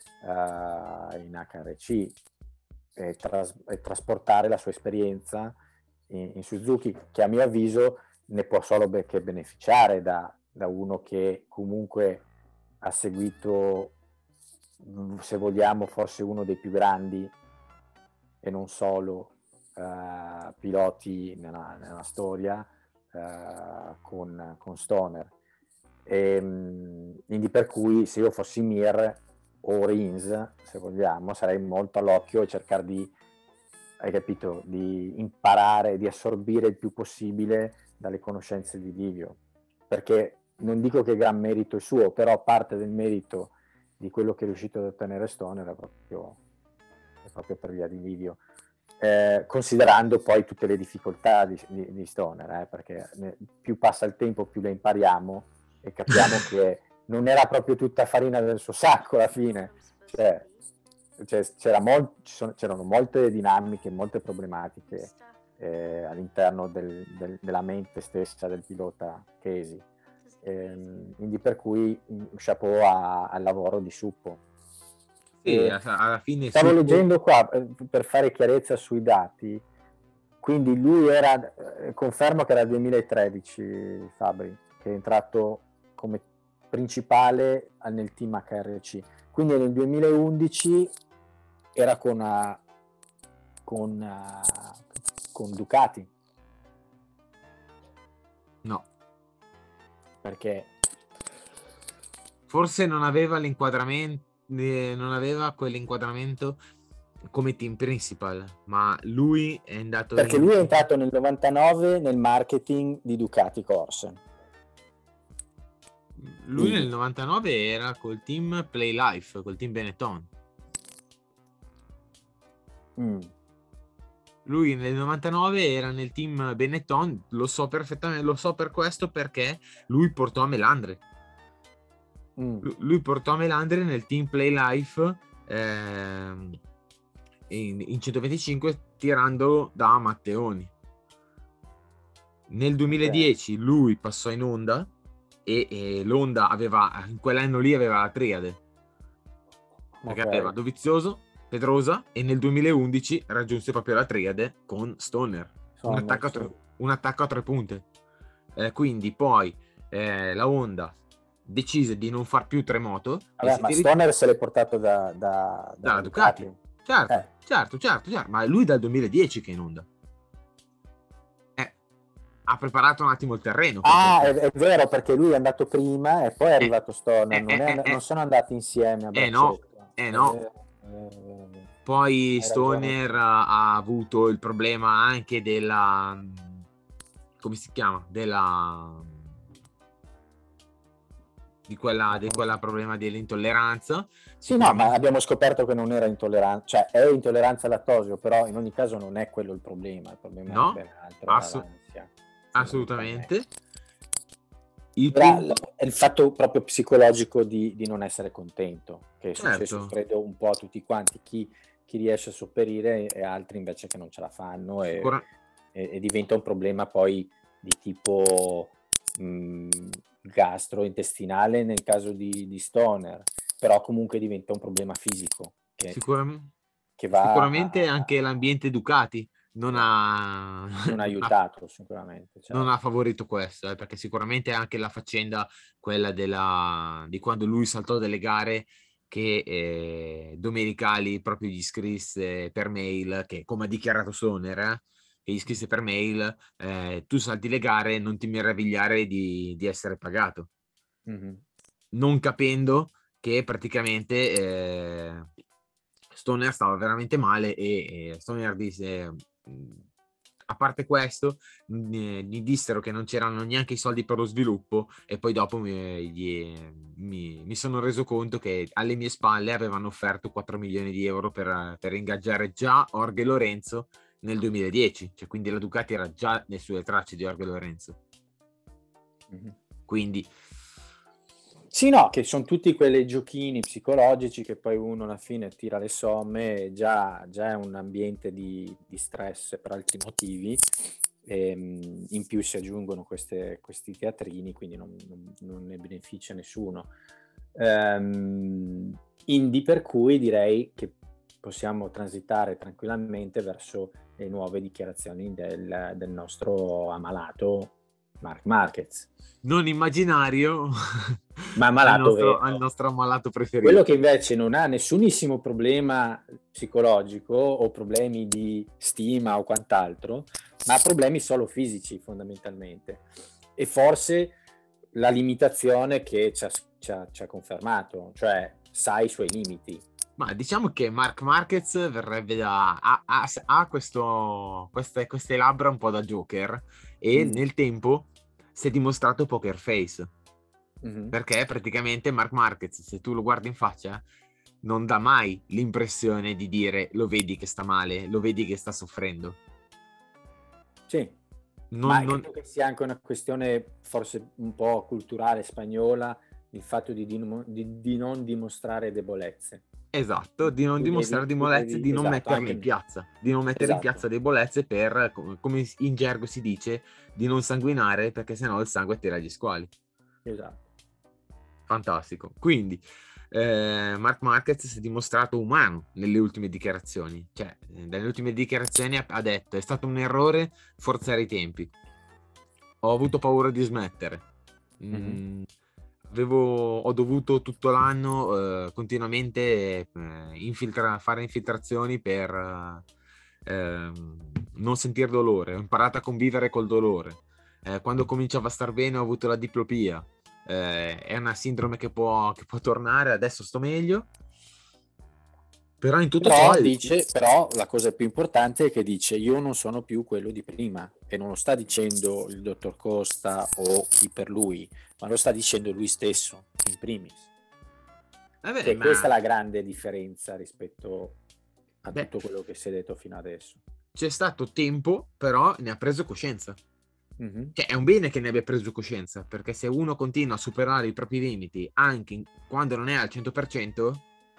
uh, in H R C e, tras- e trasportare la sua esperienza in, in Suzuki, che a mio avviso ne può solo be- che beneficiare da, da uno che comunque ha seguito, se vogliamo, forse uno dei più grandi e non solo uh, piloti nella, nella storia uh, con, con Stoner. E, quindi per cui se io fossi Mir o Rins, se vogliamo, sarei molto all'occhio e cercare di, hai capito, di imparare, di assorbire il più possibile dalle conoscenze di Livio, perché non dico che gran merito è suo, però parte del merito di quello che è riuscito ad ottenere Stoner è proprio, è proprio per via di Livio, eh, considerando poi tutte le difficoltà di, di, di Stoner, eh, perché ne, più passa il tempo più le impariamo e capiamo che non era proprio tutta farina del suo sacco alla fine, cioè, cioè, c'era mol- ci sono, c'erano molte dinamiche, molte problematiche eh, all'interno del, del, della mente stessa del pilota Chesi. Eh, quindi per cui chapeau a, al lavoro di Suppo. Sì, E alla fine stavo Suppo... leggendo qua eh, per fare chiarezza sui dati, quindi lui era, eh, confermo che era duemilatredici Fabri, che è entrato come principale nel team H R C, quindi nel duemilaundici era con, uh, con, uh, con Ducati. No. Perché Forse non aveva l'inquadramento, eh, non aveva quell'inquadramento come team principal, ma lui è andato perché in... lui è entrato nel novantanove nel marketing di Ducati Corse. Lui nel novantanove era col team Play Life, col team Benetton. Mm. Lui nel novantanove era nel team Benetton, lo so perfettamente, lo so per questo perché lui portò a Melandri. Mm. Lui portò a Melandri nel team Play Life ehm, in, in centoventicinque tirando da Matteoni. Nel duemiladieci okay. Lui passò in Honda e, e l'Honda aveva, in quell'anno lì aveva la triade, perché okay. aveva Dovizioso, Pedrosa e nel duemilaundici raggiunse proprio la triade con Stoner. Un attacco, tre, un attacco a tre punte. Eh, quindi poi eh, la Honda decise di non far più tre moto. Vabbè, e si ma ti Stoner se l'è portato da, da, dalla dalla Ducati. Ducati. Certo, Eh. certo, certo, certo, ma lui dal duemiladieci che è in Honda. Eh, ha preparato un attimo il terreno. Per Ah, è, questo. è vero, perché lui è andato prima e poi è Eh, arrivato Stoner, eh, non, eh, è eh, and- non eh, sono andati insieme a eh no, braccetto. eh È no. vero, è vero, è vero, è vero. Poi Hai ragione. Stoner ha, ha avuto il problema anche della, come si chiama? Della, di quella, Ma di come- quella problema dell'intolleranza. Sì, no, ma Sicuramente, abbiamo scoperto che non era intolleranza, cioè è intolleranza al lattosio, però in ogni caso non è quello il problema, il problema è no, ben altro, era assu- l'ansia, fondamentalmente. assolutamente. Il Era tempo, l- è il fatto proprio psicologico di, di non essere contento, che è successo, certo, credo, un po' a tutti quanti, chi, chi riesce a sopperire e altri invece che non ce la fanno e, sicura- e- e diventa un problema poi di tipo mh, gastrointestinale nel caso di, di Stoner, però comunque diventa un problema fisico che, sicuramente, che va a, sicuramente a- anche l'ambiente Ducati non esatto, ha, non ha non ha, aiutato sicuramente, non ha certo. favorito questo, eh, perché sicuramente anche la faccenda, quella della, di quando lui saltò delle gare, che eh, Domenicali proprio gli scrisse per mail, che come ha dichiarato Soner, eh, che gli scrisse per mail, eh, tu salti le gare, non ti meravigliare di, di essere pagato, Mhm. non capendo che praticamente eh, Stoner stava veramente male e, e Stoner disse, mh, a parte questo, mh, gli dissero che non c'erano neanche i soldi per lo sviluppo e poi dopo mi, gli- mi- mi sono reso conto che alle mie spalle avevano offerto quattro milioni di euro per, per ingaggiare già Jorge Lorenzo nel duemiladieci, cioè quindi la Ducati era già nelle sue tracce di Jorge Lorenzo. Mhm. Quindi Sì, no, che sono tutti quei giochini psicologici che poi uno alla fine tira le somme, e già, già è un ambiente di, di stress per altri motivi, e, mh, in più si aggiungono queste- questi teatrini, quindi non, non- non ne beneficia nessuno. Ehm, indi per cui direi che possiamo transitare tranquillamente verso le nuove dichiarazioni del, del nostro ammalato Marc Marquez. non immaginario Ma al malato nostro, al vero. nostro ammalato Quello preferito. che invece non ha nessunissimo problema psicologico o problemi di stima o quant'altro, ma ha problemi solo fisici fondamentalmente. E forse la limitazione che ci ha, ci ha- ci ha confermato, cioè sa i suoi limiti. Ma diciamo che Marc Marquez verrebbe da... ha, ha- ha questo, queste, queste labbra un po' da Joker e Mm. nel tempo si è dimostrato poker face, Mhm. perché praticamente Marc Marquez, se tu lo guardi in faccia, non dà mai l'impressione di dire lo vedi che sta male, lo vedi che sta soffrendo. Sì, Non, ma non- credo che sia anche una questione forse un po' culturale spagnola, il fatto di, di- di- di non dimostrare debolezze. Esatto, di non Tu dimostrare devi, tu debolezze, devi, di non esatto, metterle in anche, piazza, di non mettere in esatto, piazza debolezze per, com- come in gergo si dice, di non sanguinare perché sennò il sangue tira gli squali. esatto. Fantastico. Quindi eh, Marc Marquez si è dimostrato umano nelle ultime dichiarazioni. Cioè, eh, nelle ultime dichiarazioni ha, ha detto: è stato un errore forzare i tempi. Ho avuto paura di smettere. Mhm. Mm, avevo, ho dovuto tutto l'anno eh, continuamente eh, infiltra- fare infiltrazioni per eh, ehm, non sentire dolore. Ho imparato a convivere col dolore. Eh, quando cominciavo a star bene ho avuto la diplopia. Eh, è una sindrome che può, che può tornare, adesso sto meglio. Però in tutto ciò Però il- dice, però la cosa più importante è che dice io non sono più quello di prima e non lo sta dicendo il dottor Costa o chi per lui, ma lo sta dicendo lui stesso in primis. vabbè, Che questa è ma la grande differenza rispetto a beh, tutto quello che si è detto fino adesso. c'è stato tempo, però ne ha preso coscienza. Mhm. Cioè, è un bene che ne abbia preso coscienza, perché se uno continua a superare i propri limiti anche in- quando non è al cento per cento,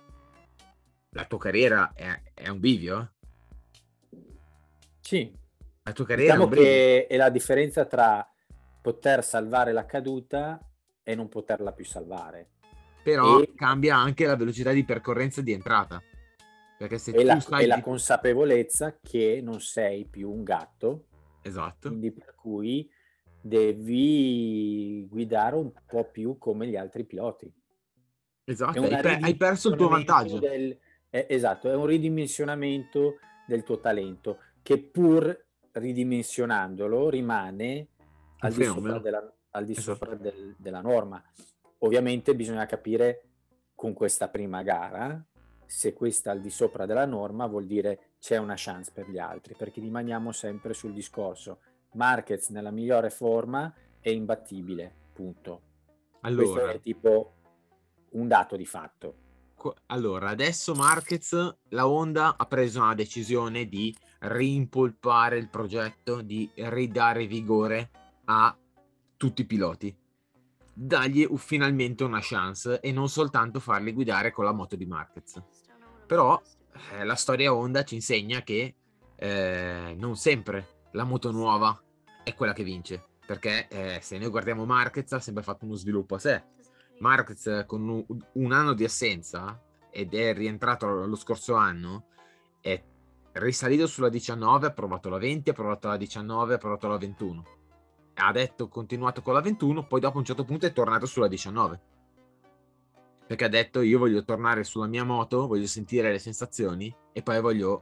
la tua carriera è, è un bivio. eh. Sì, La tua carriera è diciamo un brivio. che è la differenza tra poter salvare la caduta e non poterla più salvare. Però E cambia anche la velocità di percorrenza di entrata. Perché se e tu la, e sai la di... consapevolezza che non sei più un gatto, Esatto. quindi per cui devi guidare un po' più come gli altri piloti. È Esatto, hai, una pe- hai perso il tuo ridimensionamento vantaggio. del, è- esatto, è un ridimensionamento del tuo talento che pur ridimensionandolo rimane Un al di sopra fenomeno. della, al di Esatto. sopra del- della norma. Ovviamente bisogna capire con questa prima gara se questa è al di sopra della norma vuol dire c'è una chance per gli altri, perché rimaniamo sempre sul discorso. Marquez nella migliore forma è imbattibile, punto. Questo Allora, è tipo un dato di fatto. co- allora, adesso Marquez, la Honda ha preso una decisione di rimpolpare il progetto, di ridare vigore a tutti i piloti. Dargli finalmente una chance e non soltanto farli guidare con la moto di Marquez. Però eh, la storia Honda ci insegna che eh, non sempre la moto nuova è quella che vince, perché eh, se noi guardiamo Marquez ha sempre fatto uno sviluppo a sé. Marquez con un, un anno di assenza ed è rientrato lo scorso anno, è risalito sulla diciannove, ha provato la venti, ha provato la diciannove, ha provato la ventuno, ha detto continuato con la ventuno, poi dopo a un certo punto è tornato sulla diciannove, perché ha detto io voglio tornare sulla mia moto, voglio sentire le sensazioni e poi voglio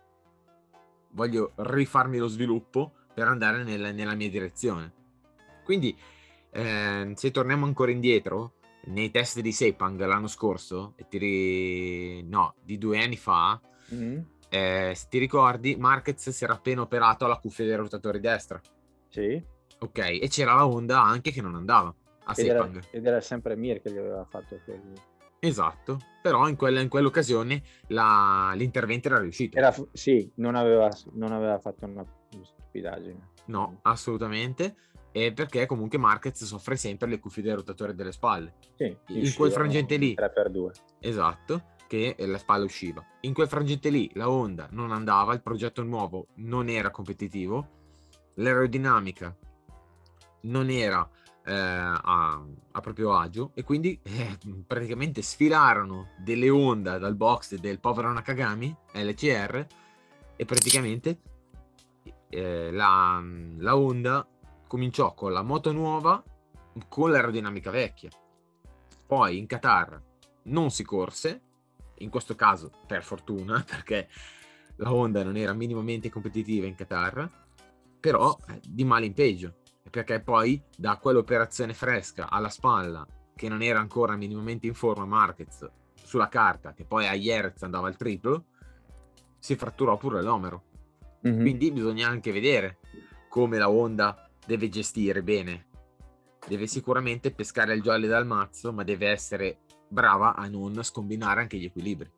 voglio rifarmi lo sviluppo per andare nel, nella mia direzione. Quindi eh, se torniamo ancora indietro nei test di Sepang l'anno scorso e ti ri... no, di due anni fa, Mm-hmm. eh, se ti ricordi Marquez si era appena operato alla cuffia dei rotatori destra. Sì. Ok, e c'era la Honda anche che non andava a Ed era, Sepang. ed era sempre Mir che gli aveva fatto quelli. Esatto, però in, quella, in quell'occasione la, l'intervento era riuscito. Era, sì, non aveva, non aveva fatto una stupidaggine. No, assolutamente. E perché comunque Marquez soffre sempre le cuffie del rotatore delle spalle. Sì, In quel frangente lì, tre per due. esatto, che la spalla usciva. In quel frangente lì la Honda non andava, il progetto nuovo non era competitivo, l'aerodinamica non era eh, a, a proprio agio e quindi eh, praticamente sfilarono delle Honda dal box del povero Nakagami L C R e praticamente eh, la, la Honda cominciò con la moto nuova con l'aerodinamica vecchia. Poi in Qatar non si corse, in questo caso per fortuna, perché la Honda non era minimamente competitiva in Qatar, però eh, di male in peggio, perché poi da quell'operazione fresca alla spalla, che non era ancora minimamente in forma Marquez sulla carta, che poi a Jerez andava al triplo, si fratturò pure l'omero. Mm-hmm. Quindi bisogna anche vedere come la Honda deve gestire bene. Deve sicuramente pescare il giallo dal mazzo, ma deve essere brava a non scombinare anche gli equilibri.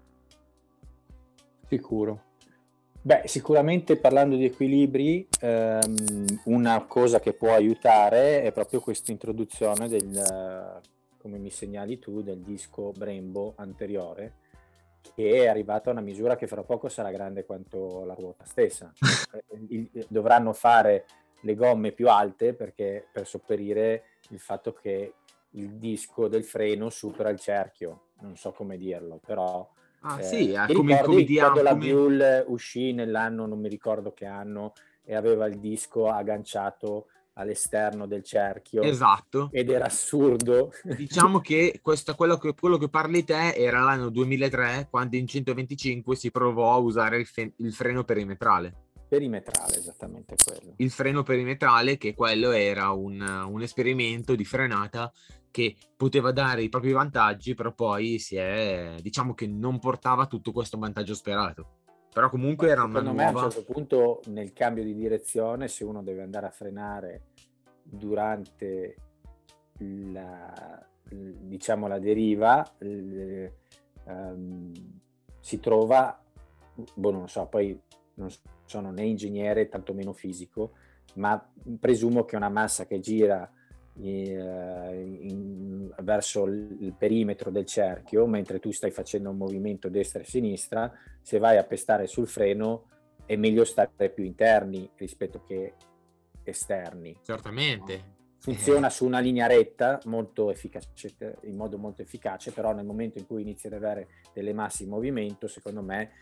Sicuro. Beh, sicuramente parlando di equilibri, ehm, una cosa che può aiutare è proprio questa introduzione del, come mi segnali tu, del disco Brembo anteriore, che è arrivato a una misura che fra poco sarà grande quanto la ruota stessa. Dovranno fare le gomme più alte perché per sopperire il fatto che il disco del freno supera il cerchio, non so come dirlo, però ah, eh, sì, ti come, ricordi come dia, quando la come... Buell uscì nell'anno, non mi ricordo che anno, e aveva il disco agganciato all'esterno del cerchio? Esatto. Ed era assurdo. Diciamo che questo, quello, che quello che parli te era l'anno duemilatré, quando in centoventicinque si provò a usare il, fe- il freno perimetrale. Perimetrale, esattamente quello. Il freno perimetrale, che quello era un, un esperimento di frenata che poteva dare i propri vantaggi, però poi si è, diciamo che non portava tutto questo vantaggio sperato. Però comunque era una Secondo me nuova... a un certo punto nel cambio di direzione, se uno deve andare a frenare durante la, diciamo la deriva, il, um, si trova, boh, non so, poi non sono né ingegnere, tantomeno fisico, ma presumo che una massa che gira in, in, verso il, il perimetro del cerchio, mentre tu stai facendo un movimento destra e sinistra, se vai a pestare sul freno è meglio stare più interni rispetto che esterni. Certamente. Funziona eh. su una linea retta molto efficace, in modo molto efficace, però nel momento in cui inizi ad avere delle masse in movimento, secondo me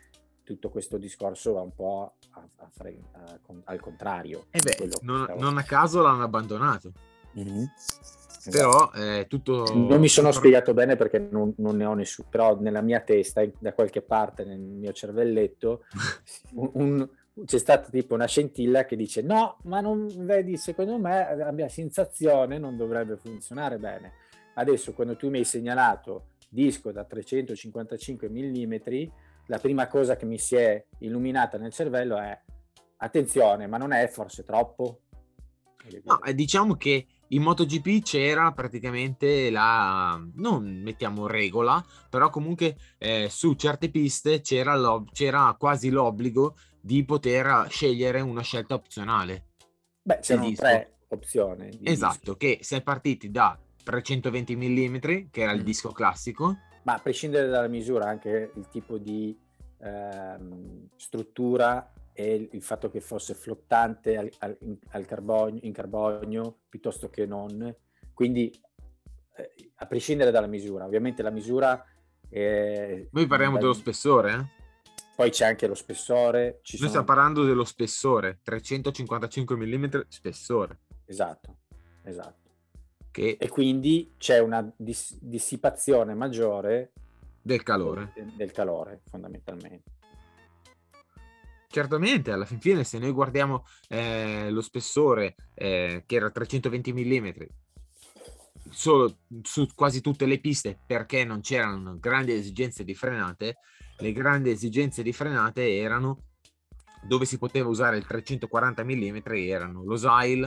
tutto questo discorso va un po' a, a fare, a, al contrario. E beh, quello non, stavo... non a caso l'hanno abbandonato. Mm-hmm. Però è tutto... Non mi sono tutto... spiegato bene perché non, non ne ho nessuno, però nella mia testa, da qualche parte nel mio cervelletto, un, un, c'è stata tipo una scintilla che dice no, ma non vedi, secondo me la mia sensazione non dovrebbe funzionare bene. Adesso quando tu mi hai segnalato disco da trecentocinquantacinque millimetri, la prima cosa che mi si è illuminata nel cervello è attenzione, ma non è forse troppo? No, diciamo che in MotoGP c'era praticamente la, non mettiamo regola, però comunque eh, su certe piste c'era, c'era quasi l'obbligo di poter scegliere una scelta opzionale. Beh, c'erano tre opzioni di esatto, dischi. che si è partiti da trecentoventi millimetri, che era il mm. disco classico. Ma a prescindere dalla misura, anche il tipo di ehm, struttura e il fatto che fosse flottante al, al, al carbonio, in carbonio piuttosto che non, quindi eh, a prescindere dalla misura, ovviamente la misura è, noi parliamo dal, dello spessore eh? Poi c'è anche lo spessore, ci noi sono... stiamo parlando dello spessore, trecentocinquantacinque millimetri spessore, esatto, esatto, che... e quindi c'è una dis- dissipazione maggiore del calore del calore fondamentalmente. Certamente, alla fin fine, se noi guardiamo eh, lo spessore eh, che era trecentoventi millimetri solo su quasi tutte le piste, perché non c'erano grandi esigenze di frenate, le grandi esigenze di frenate erano dove si poteva usare il trecentoquaranta millimetri, erano Losail,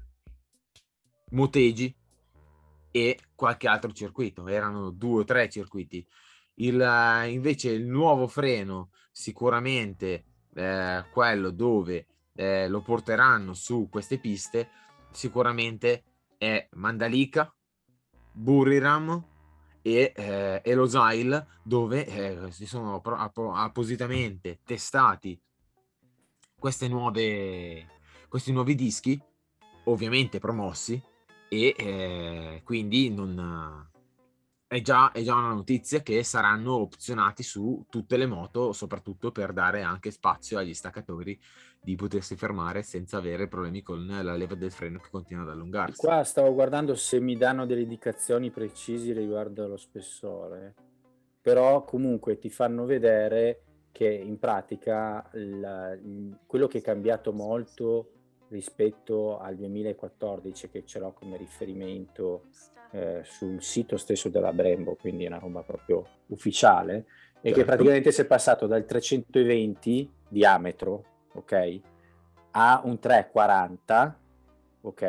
Motegi e qualche altro circuito, erano due o tre circuiti. Il, invece il nuovo freno sicuramente eh, quello dove eh, lo porteranno su queste piste sicuramente è Mandalika, Buriram e, eh, e Losail, dove eh, si sono pro- app- appositamente testati queste nuove questi nuovi dischi, ovviamente promossi, e eh, quindi non è già, è già una notizia che saranno opzionati su tutte le moto, soprattutto per dare anche spazio agli staccatori di potersi fermare senza avere problemi con la leva del freno che continua ad allungarsi. Qua stavo guardando se mi danno delle indicazioni precise riguardo allo spessore, però comunque ti fanno vedere che in pratica la, quello che è cambiato molto rispetto al duemilaquattordici, che ce l'ho come riferimento eh, sul sito stesso della Brembo, quindi è una roba proprio ufficiale, è certo. Che praticamente si è passato dal trecentoventi diametro, ok, a un trecentoquaranta, ok,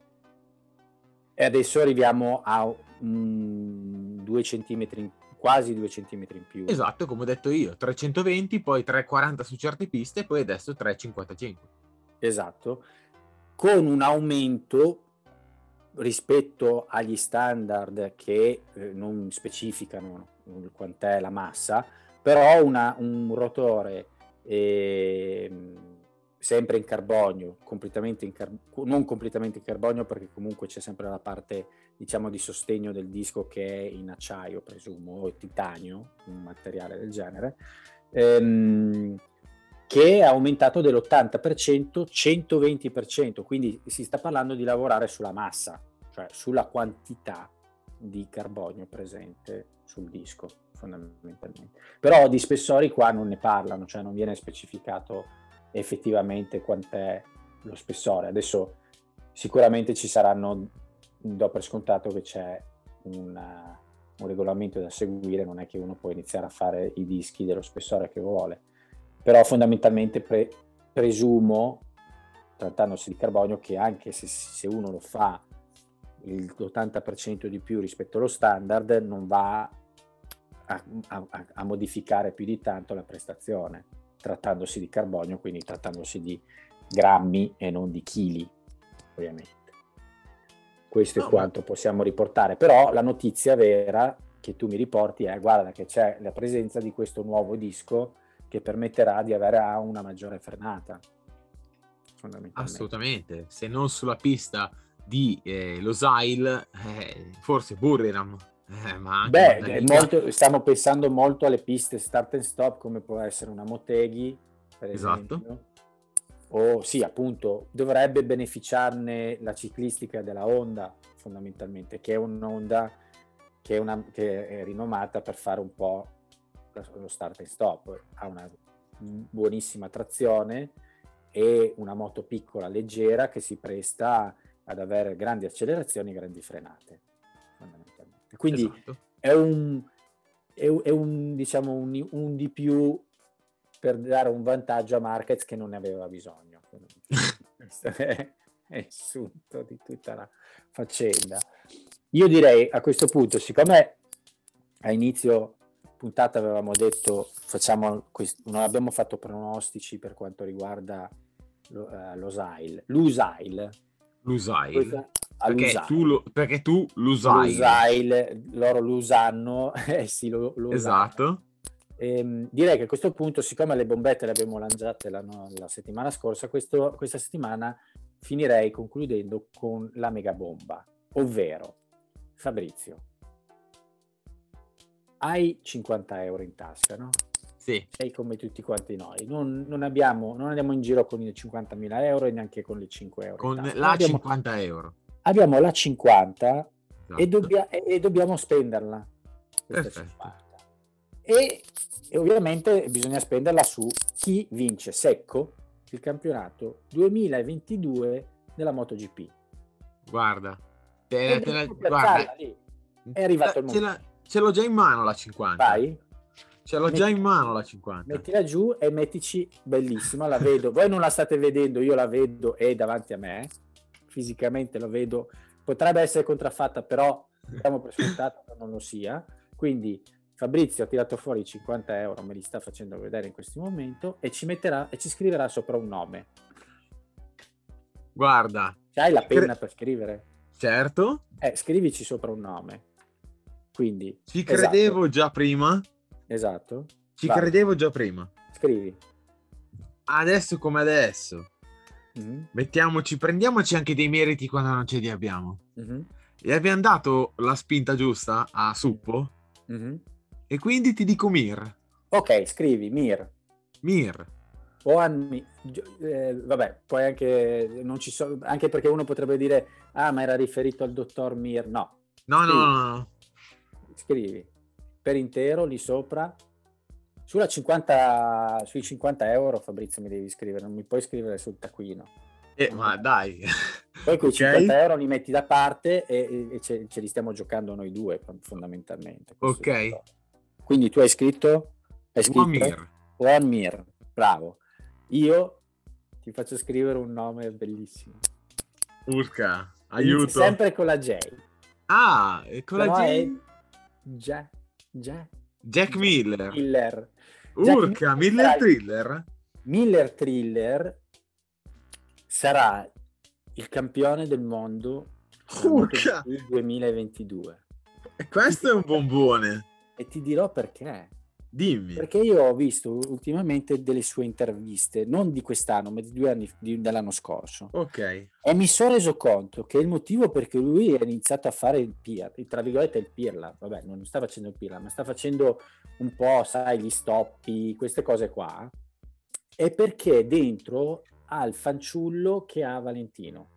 e adesso arriviamo a um, due centimetri, quasi due centimetri in più. Esatto, come ho detto io, trecentoventi, poi trecentoquaranta su certe piste, poi adesso trecentocinquantacinque. Esatto, con un aumento rispetto agli standard che eh, non specificano quant'è la massa, però una, un rotore eh, sempre in carbonio, completamente in car- non completamente in carbonio, perché comunque c'è sempre la parte, diciamo, di sostegno del disco che è in acciaio, presumo, o titanio, un materiale del genere, ehm, che è aumentato dell'ottanta per cento, centoventi per cento, quindi si sta parlando di lavorare sulla massa, cioè sulla quantità di carbonio presente sul disco, fondamentalmente. Però di spessori qua non ne parlano, cioè non viene specificato effettivamente quant'è lo spessore. Adesso sicuramente ci saranno, do per scontato che c'è una, un regolamento da seguire, non è che uno può iniziare a fare i dischi dello spessore che vuole, però fondamentalmente pre, presumo, trattandosi di carbonio, che anche se, se uno lo fa l'ottanta per cento di più rispetto allo standard, non va a, a, a modificare più di tanto la prestazione, trattandosi di carbonio, quindi trattandosi di grammi e non di chili, ovviamente. Questo no, è quanto ma... possiamo riportare, però la notizia vera che tu mi riporti è: guarda che c'è la presenza di questo nuovo disco che permetterà di avere una maggiore frenata, fondamentalmente. Assolutamente, se non sulla pista di eh, Losail, eh, forse Buriram. Eh, ma anche Beh, Honda è Liga. molto, stiamo pensando molto alle piste start and stop, come può essere una Motegi, per Esatto, esempio. O sì, appunto, dovrebbe beneficiarne la ciclistica della Honda, fondamentalmente, che è un'Honda che è, una, che è rinomata per fare un po' lo start and stop. Ha una buonissima trazione e una moto piccola, leggera, che si presta ad avere grandi accelerazioni e grandi frenate, fondamentalmente. Quindi esatto. è un, è un, è un, diciamo, un, un di più per dare un vantaggio a Marquez che non ne aveva bisogno. Questo è, è il sunto di tutta la faccenda. Io direi a questo punto, siccome a inizio puntata avevamo detto facciamo quest- non abbiamo fatto pronostici per quanto riguarda lo, uh, l'Usail, l'Usail, L'Usail. a Perché tu, l'Usail, lo, perché tu l'Usail. l'Usail, loro lo usanno, eh sì, lo, lo usano. Esatto. Ehm, direi che a questo punto, siccome le bombette le abbiamo lanciate la, no, la settimana scorsa, questo, questa settimana finirei concludendo con la mega bomba, ovvero Fabrizio, hai cinquanta euro in tasca, no? Sì. Sei come tutti quanti noi, non, non, abbiamo, non andiamo in giro con i cinquantamila euro e neanche con le cinque euro Con in tasca. la Abbiamo, cinquanta euro. abbiamo la cinquanta Esatto. e, dobbia, e, e dobbiamo spenderla. Questa Perfetto. cinquanta. E, e ovviamente bisogna spenderla su chi vince secco il campionato duemilaventidue della MotoGP. Guarda, te, E te la, devo guarda, piazzarla lì. È arrivato il ce, momento. la, ce l'ho già in mano la cinquanta. Vai. Ce l'ho già in mano la cinquanta. Mettila giù e mettici, bellissima, la vedo. Voi non la state vedendo, io la vedo, è davanti a me. Fisicamente la vedo. Potrebbe essere contraffatta, però diamo per scontato che non lo sia. Quindi Fabrizio ha tirato fuori i cinquanta euro, me li sta facendo vedere in questo momento, e ci metterà e ci scriverà sopra un nome. Guarda. C'hai la penna cre- per scrivere? Certo. Eh, scrivici sopra un nome. Quindi Ci esatto, credevo già prima. Esatto. Ci Vai. credevo già prima. Scrivi. Adesso come adesso. Mm-hmm. Mettiamoci, prendiamoci anche dei meriti quando non ce li abbiamo. Mm-hmm. E abbiamo dato la spinta giusta a Suppo. Mm-hmm. E quindi ti dico Mir. Ok, scrivi Mir. Mir. O anni, eh, vabbè, poi anche non ci so, anche perché uno potrebbe dire ah, ma era riferito al dottor Mir. No. No, scrivi, no, no, no. Scrivi per intero lì sopra. Sulla cinquanta, sui cinquanta euro, Fabrizio, mi devi scrivere, non mi puoi scrivere sul taccuino. Eh, ma dai. Poi quei Ok. cinquanta euro li metti da parte e, e ce, ce li stiamo giocando noi due, fondamentalmente. Ok. Quindi tu hai scritto? Hai scritto? Mir. Juan Mir, bravo. Io ti faccio scrivere un nome bellissimo. Urca, Inizia aiuto. sempre con la J. Ah, e con la J? Jack, Jack, Jack Miller. Miller. Urca, Jack Miller Thriller. Miller Thriller sarà il campione del mondo Urca. del duemilaventidue. E questo è un bombone. E ti dirò perché. Dimmi. Perché io ho visto ultimamente delle sue interviste, non di quest'anno, ma di due anni di, dell'anno scorso. Ok. E mi sono reso conto che il motivo perché lui ha iniziato a fare il Pirla, tra virgolette il Pirla, vabbè, non sta facendo il Pirla, ma sta facendo un po', sai, gli stoppi, queste cose qua, è perché dentro ha il fanciullo che ha Valentino,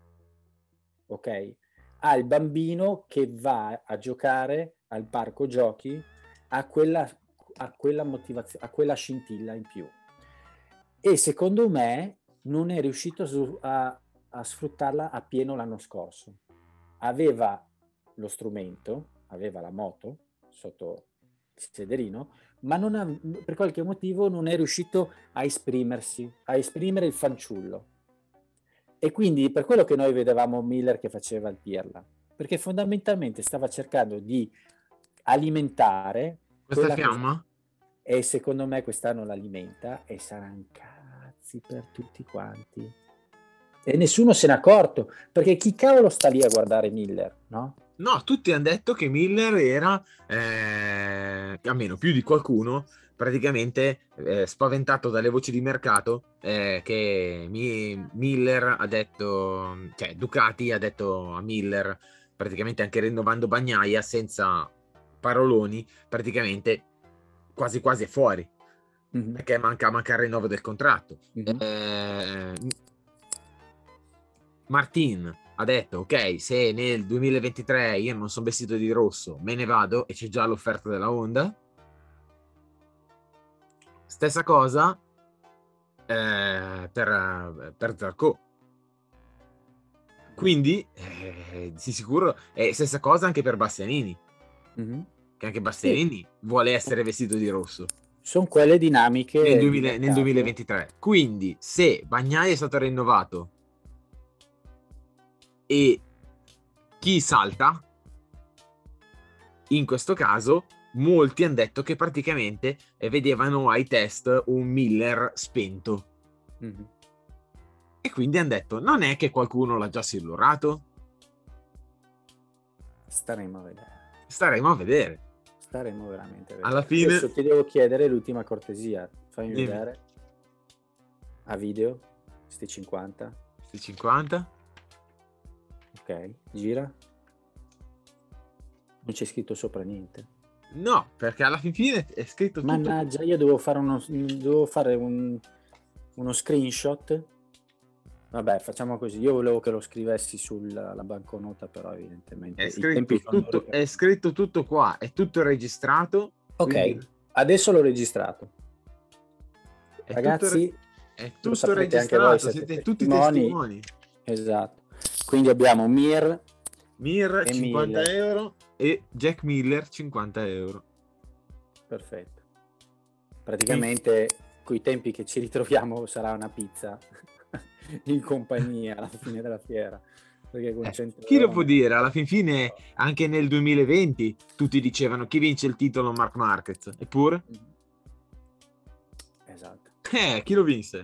ok? Ha il bambino che va a giocare al parco giochi, a quella, a quella motivazione, a quella scintilla in più. E secondo me non è riuscito a, a sfruttarla a pieno l'anno scorso. Aveva lo strumento, aveva la moto sotto il sederino, ma non ha, per qualche motivo non è riuscito a esprimersi, a esprimere il fanciullo. E quindi per quello che noi vedevamo Miller che faceva il Pirla, perché fondamentalmente stava cercando di alimentare Questa quella fiamma? Che, e secondo me quest'anno l'alimenta e saranno cazzi per tutti quanti. E nessuno se n'è accorto, perché chi cavolo sta lì a guardare Miller, no? No, tutti hanno detto che Miller era, eh, almeno più di qualcuno, praticamente eh, spaventato dalle voci di mercato, eh, che Mi- Miller ha detto, cioè Ducati ha detto a Miller, praticamente anche rinnovando Bagnaia, senza Paroloni praticamente quasi quasi è fuori, Mhm. perché manca, manca il rinnovo del contratto. Mhm. Eh, Martin ha detto, ok, se nel duemilaventitré io non sono vestito di rosso, me ne vado, e c'è già l'offerta della Honda. Stessa cosa eh, per, per Zarco. Quindi, eh, di sicuro, è stessa cosa anche per Bastianini, Mhm. che anche Sì, Bastianini vuole essere vestito di rosso sono quelle nel, dinamiche di duemila nel mercato. duemilaventitré. Quindi, se Bagnaia è stato rinnovato e chi salta, in questo caso, molti hanno detto che praticamente eh, vedevano ai test un Miller spento. Mhm. E quindi hanno detto, non è che qualcuno l'ha già silurato? Staremo a vedere. Staremo a vedere. Staremo veramente a vedere. Alla fine, Adesso ti devo chiedere l'ultima cortesia. Fammi dimmi, vedere a video, sti cinquanta. questi cinquanta? Ok, gira. Non c'è scritto sopra niente. No, perché alla fin fine è scritto tutto. Mannaggia, io devo fare uno, devo fare un, uno screenshot. Vabbè, facciamo così. Io volevo che lo scrivessi sulla banconota, però evidentemente È i tempi scritto sono tutto, è scritto tutto qua, è tutto registrato. Ok, Quindi adesso l'ho registrato. è tutto, re- Ragazzi, è lo tutto saprete anche voi, registrato, siete siete tutti testimoni. testimoni. Esatto. Quindi abbiamo Mir Mir e cinquanta Miller. euro e Jack Miller cinquanta euro. Perfetto. Praticamente coi tempi che ci ritroviamo sarà una pizza in compagnia alla fine della fiera. Perché con Eh, cento chi lo euro può non dire? Alla fin fine, anche nel duemilaventi, tutti dicevano chi vince il titolo Mark Marquez. Eppure, Esatto. eh, chi lo vinse?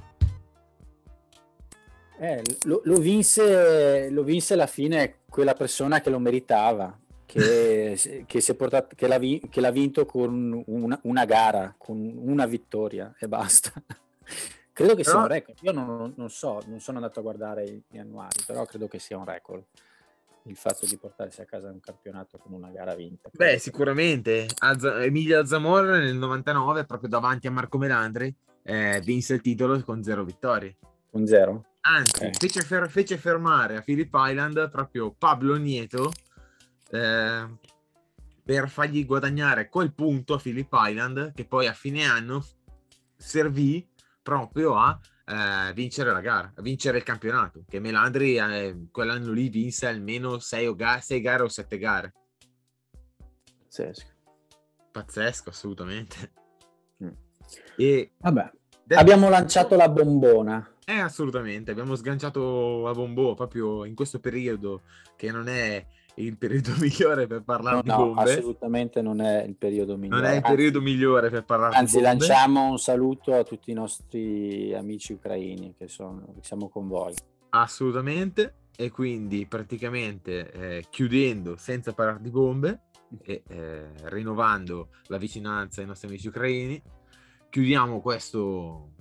Eh, lo, lo vinse, lo vinse alla fine quella persona che lo meritava, che, che, si è portato, che, l'ha, vi- che l'ha vinto con una, una gara, con una vittoria e basta. Credo che sia un Però, record. Io non, non so, non sono andato a guardare gli annuali, però credo che sia un record il fatto di portarsi a casa un campionato con una gara vinta. beh, Credo che... sicuramente Azza- Emilia Zamora nel novantanove, proprio davanti a Marco Melandri, eh, vinse il titolo con zero vittorie. Un zero? Anzi, Ok. fece, fer- fece fermare a Phillip Island proprio Pablo Nieto eh, per fargli guadagnare quel punto a Phillip Island, che poi a fine anno servì proprio a eh, vincere la gara, a vincere il campionato. Che Melandri eh, quell'anno lì vinse almeno sei gare o sette gare. Pazzesco. Pazzesco, assolutamente. Mm. E Vabbè, detto abbiamo questo, lanciato la bombona. eh, assolutamente, abbiamo sganciato a bombò proprio in questo periodo che non è il periodo migliore per parlare No, di no, bombe. assolutamente non è il periodo Non è migliore. il Anzi, periodo migliore per parlare di anzi, bombe. lanciamo un saluto a tutti i nostri amici ucraini che sono, siamo con voi. Assolutamente. E quindi praticamente eh, chiudendo senza parlare di bombe e eh, rinnovando la vicinanza ai nostri amici ucraini, chiudiamo questo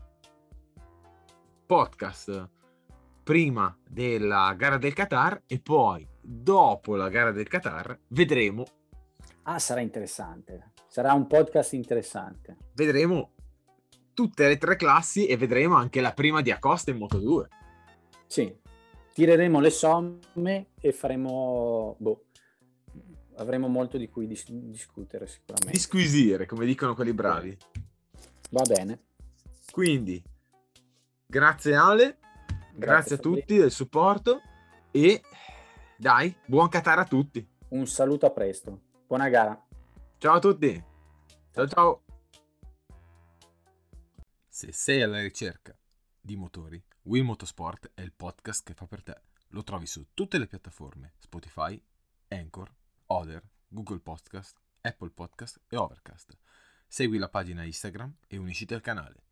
podcast prima della gara del Qatar e poi dopo la gara del Qatar vedremo Ah, sarà interessante. Sarà un podcast interessante. vedremo tutte le tre classi e vedremo anche la prima di Acosta in Moto due. Sì, tireremo le somme e faremo, boh, avremo molto di cui dis- discutere sicuramente. Disquisire, come dicono quelli Ok. bravi. Va bene. Quindi, grazie Ale, grazie, grazie a Fabrizio. tutti del supporto e dai, buon Qatar a tutti. Un saluto, a presto. Buona gara. Ciao a tutti. Ciao ciao. Se sei alla ricerca di motori, Will Motorsport è il podcast che fa per te. Lo trovi su tutte le piattaforme: Spotify, Anchor, Other, Google Podcast, Apple Podcast e Overcast. Segui la pagina Instagram e unisciti al canale.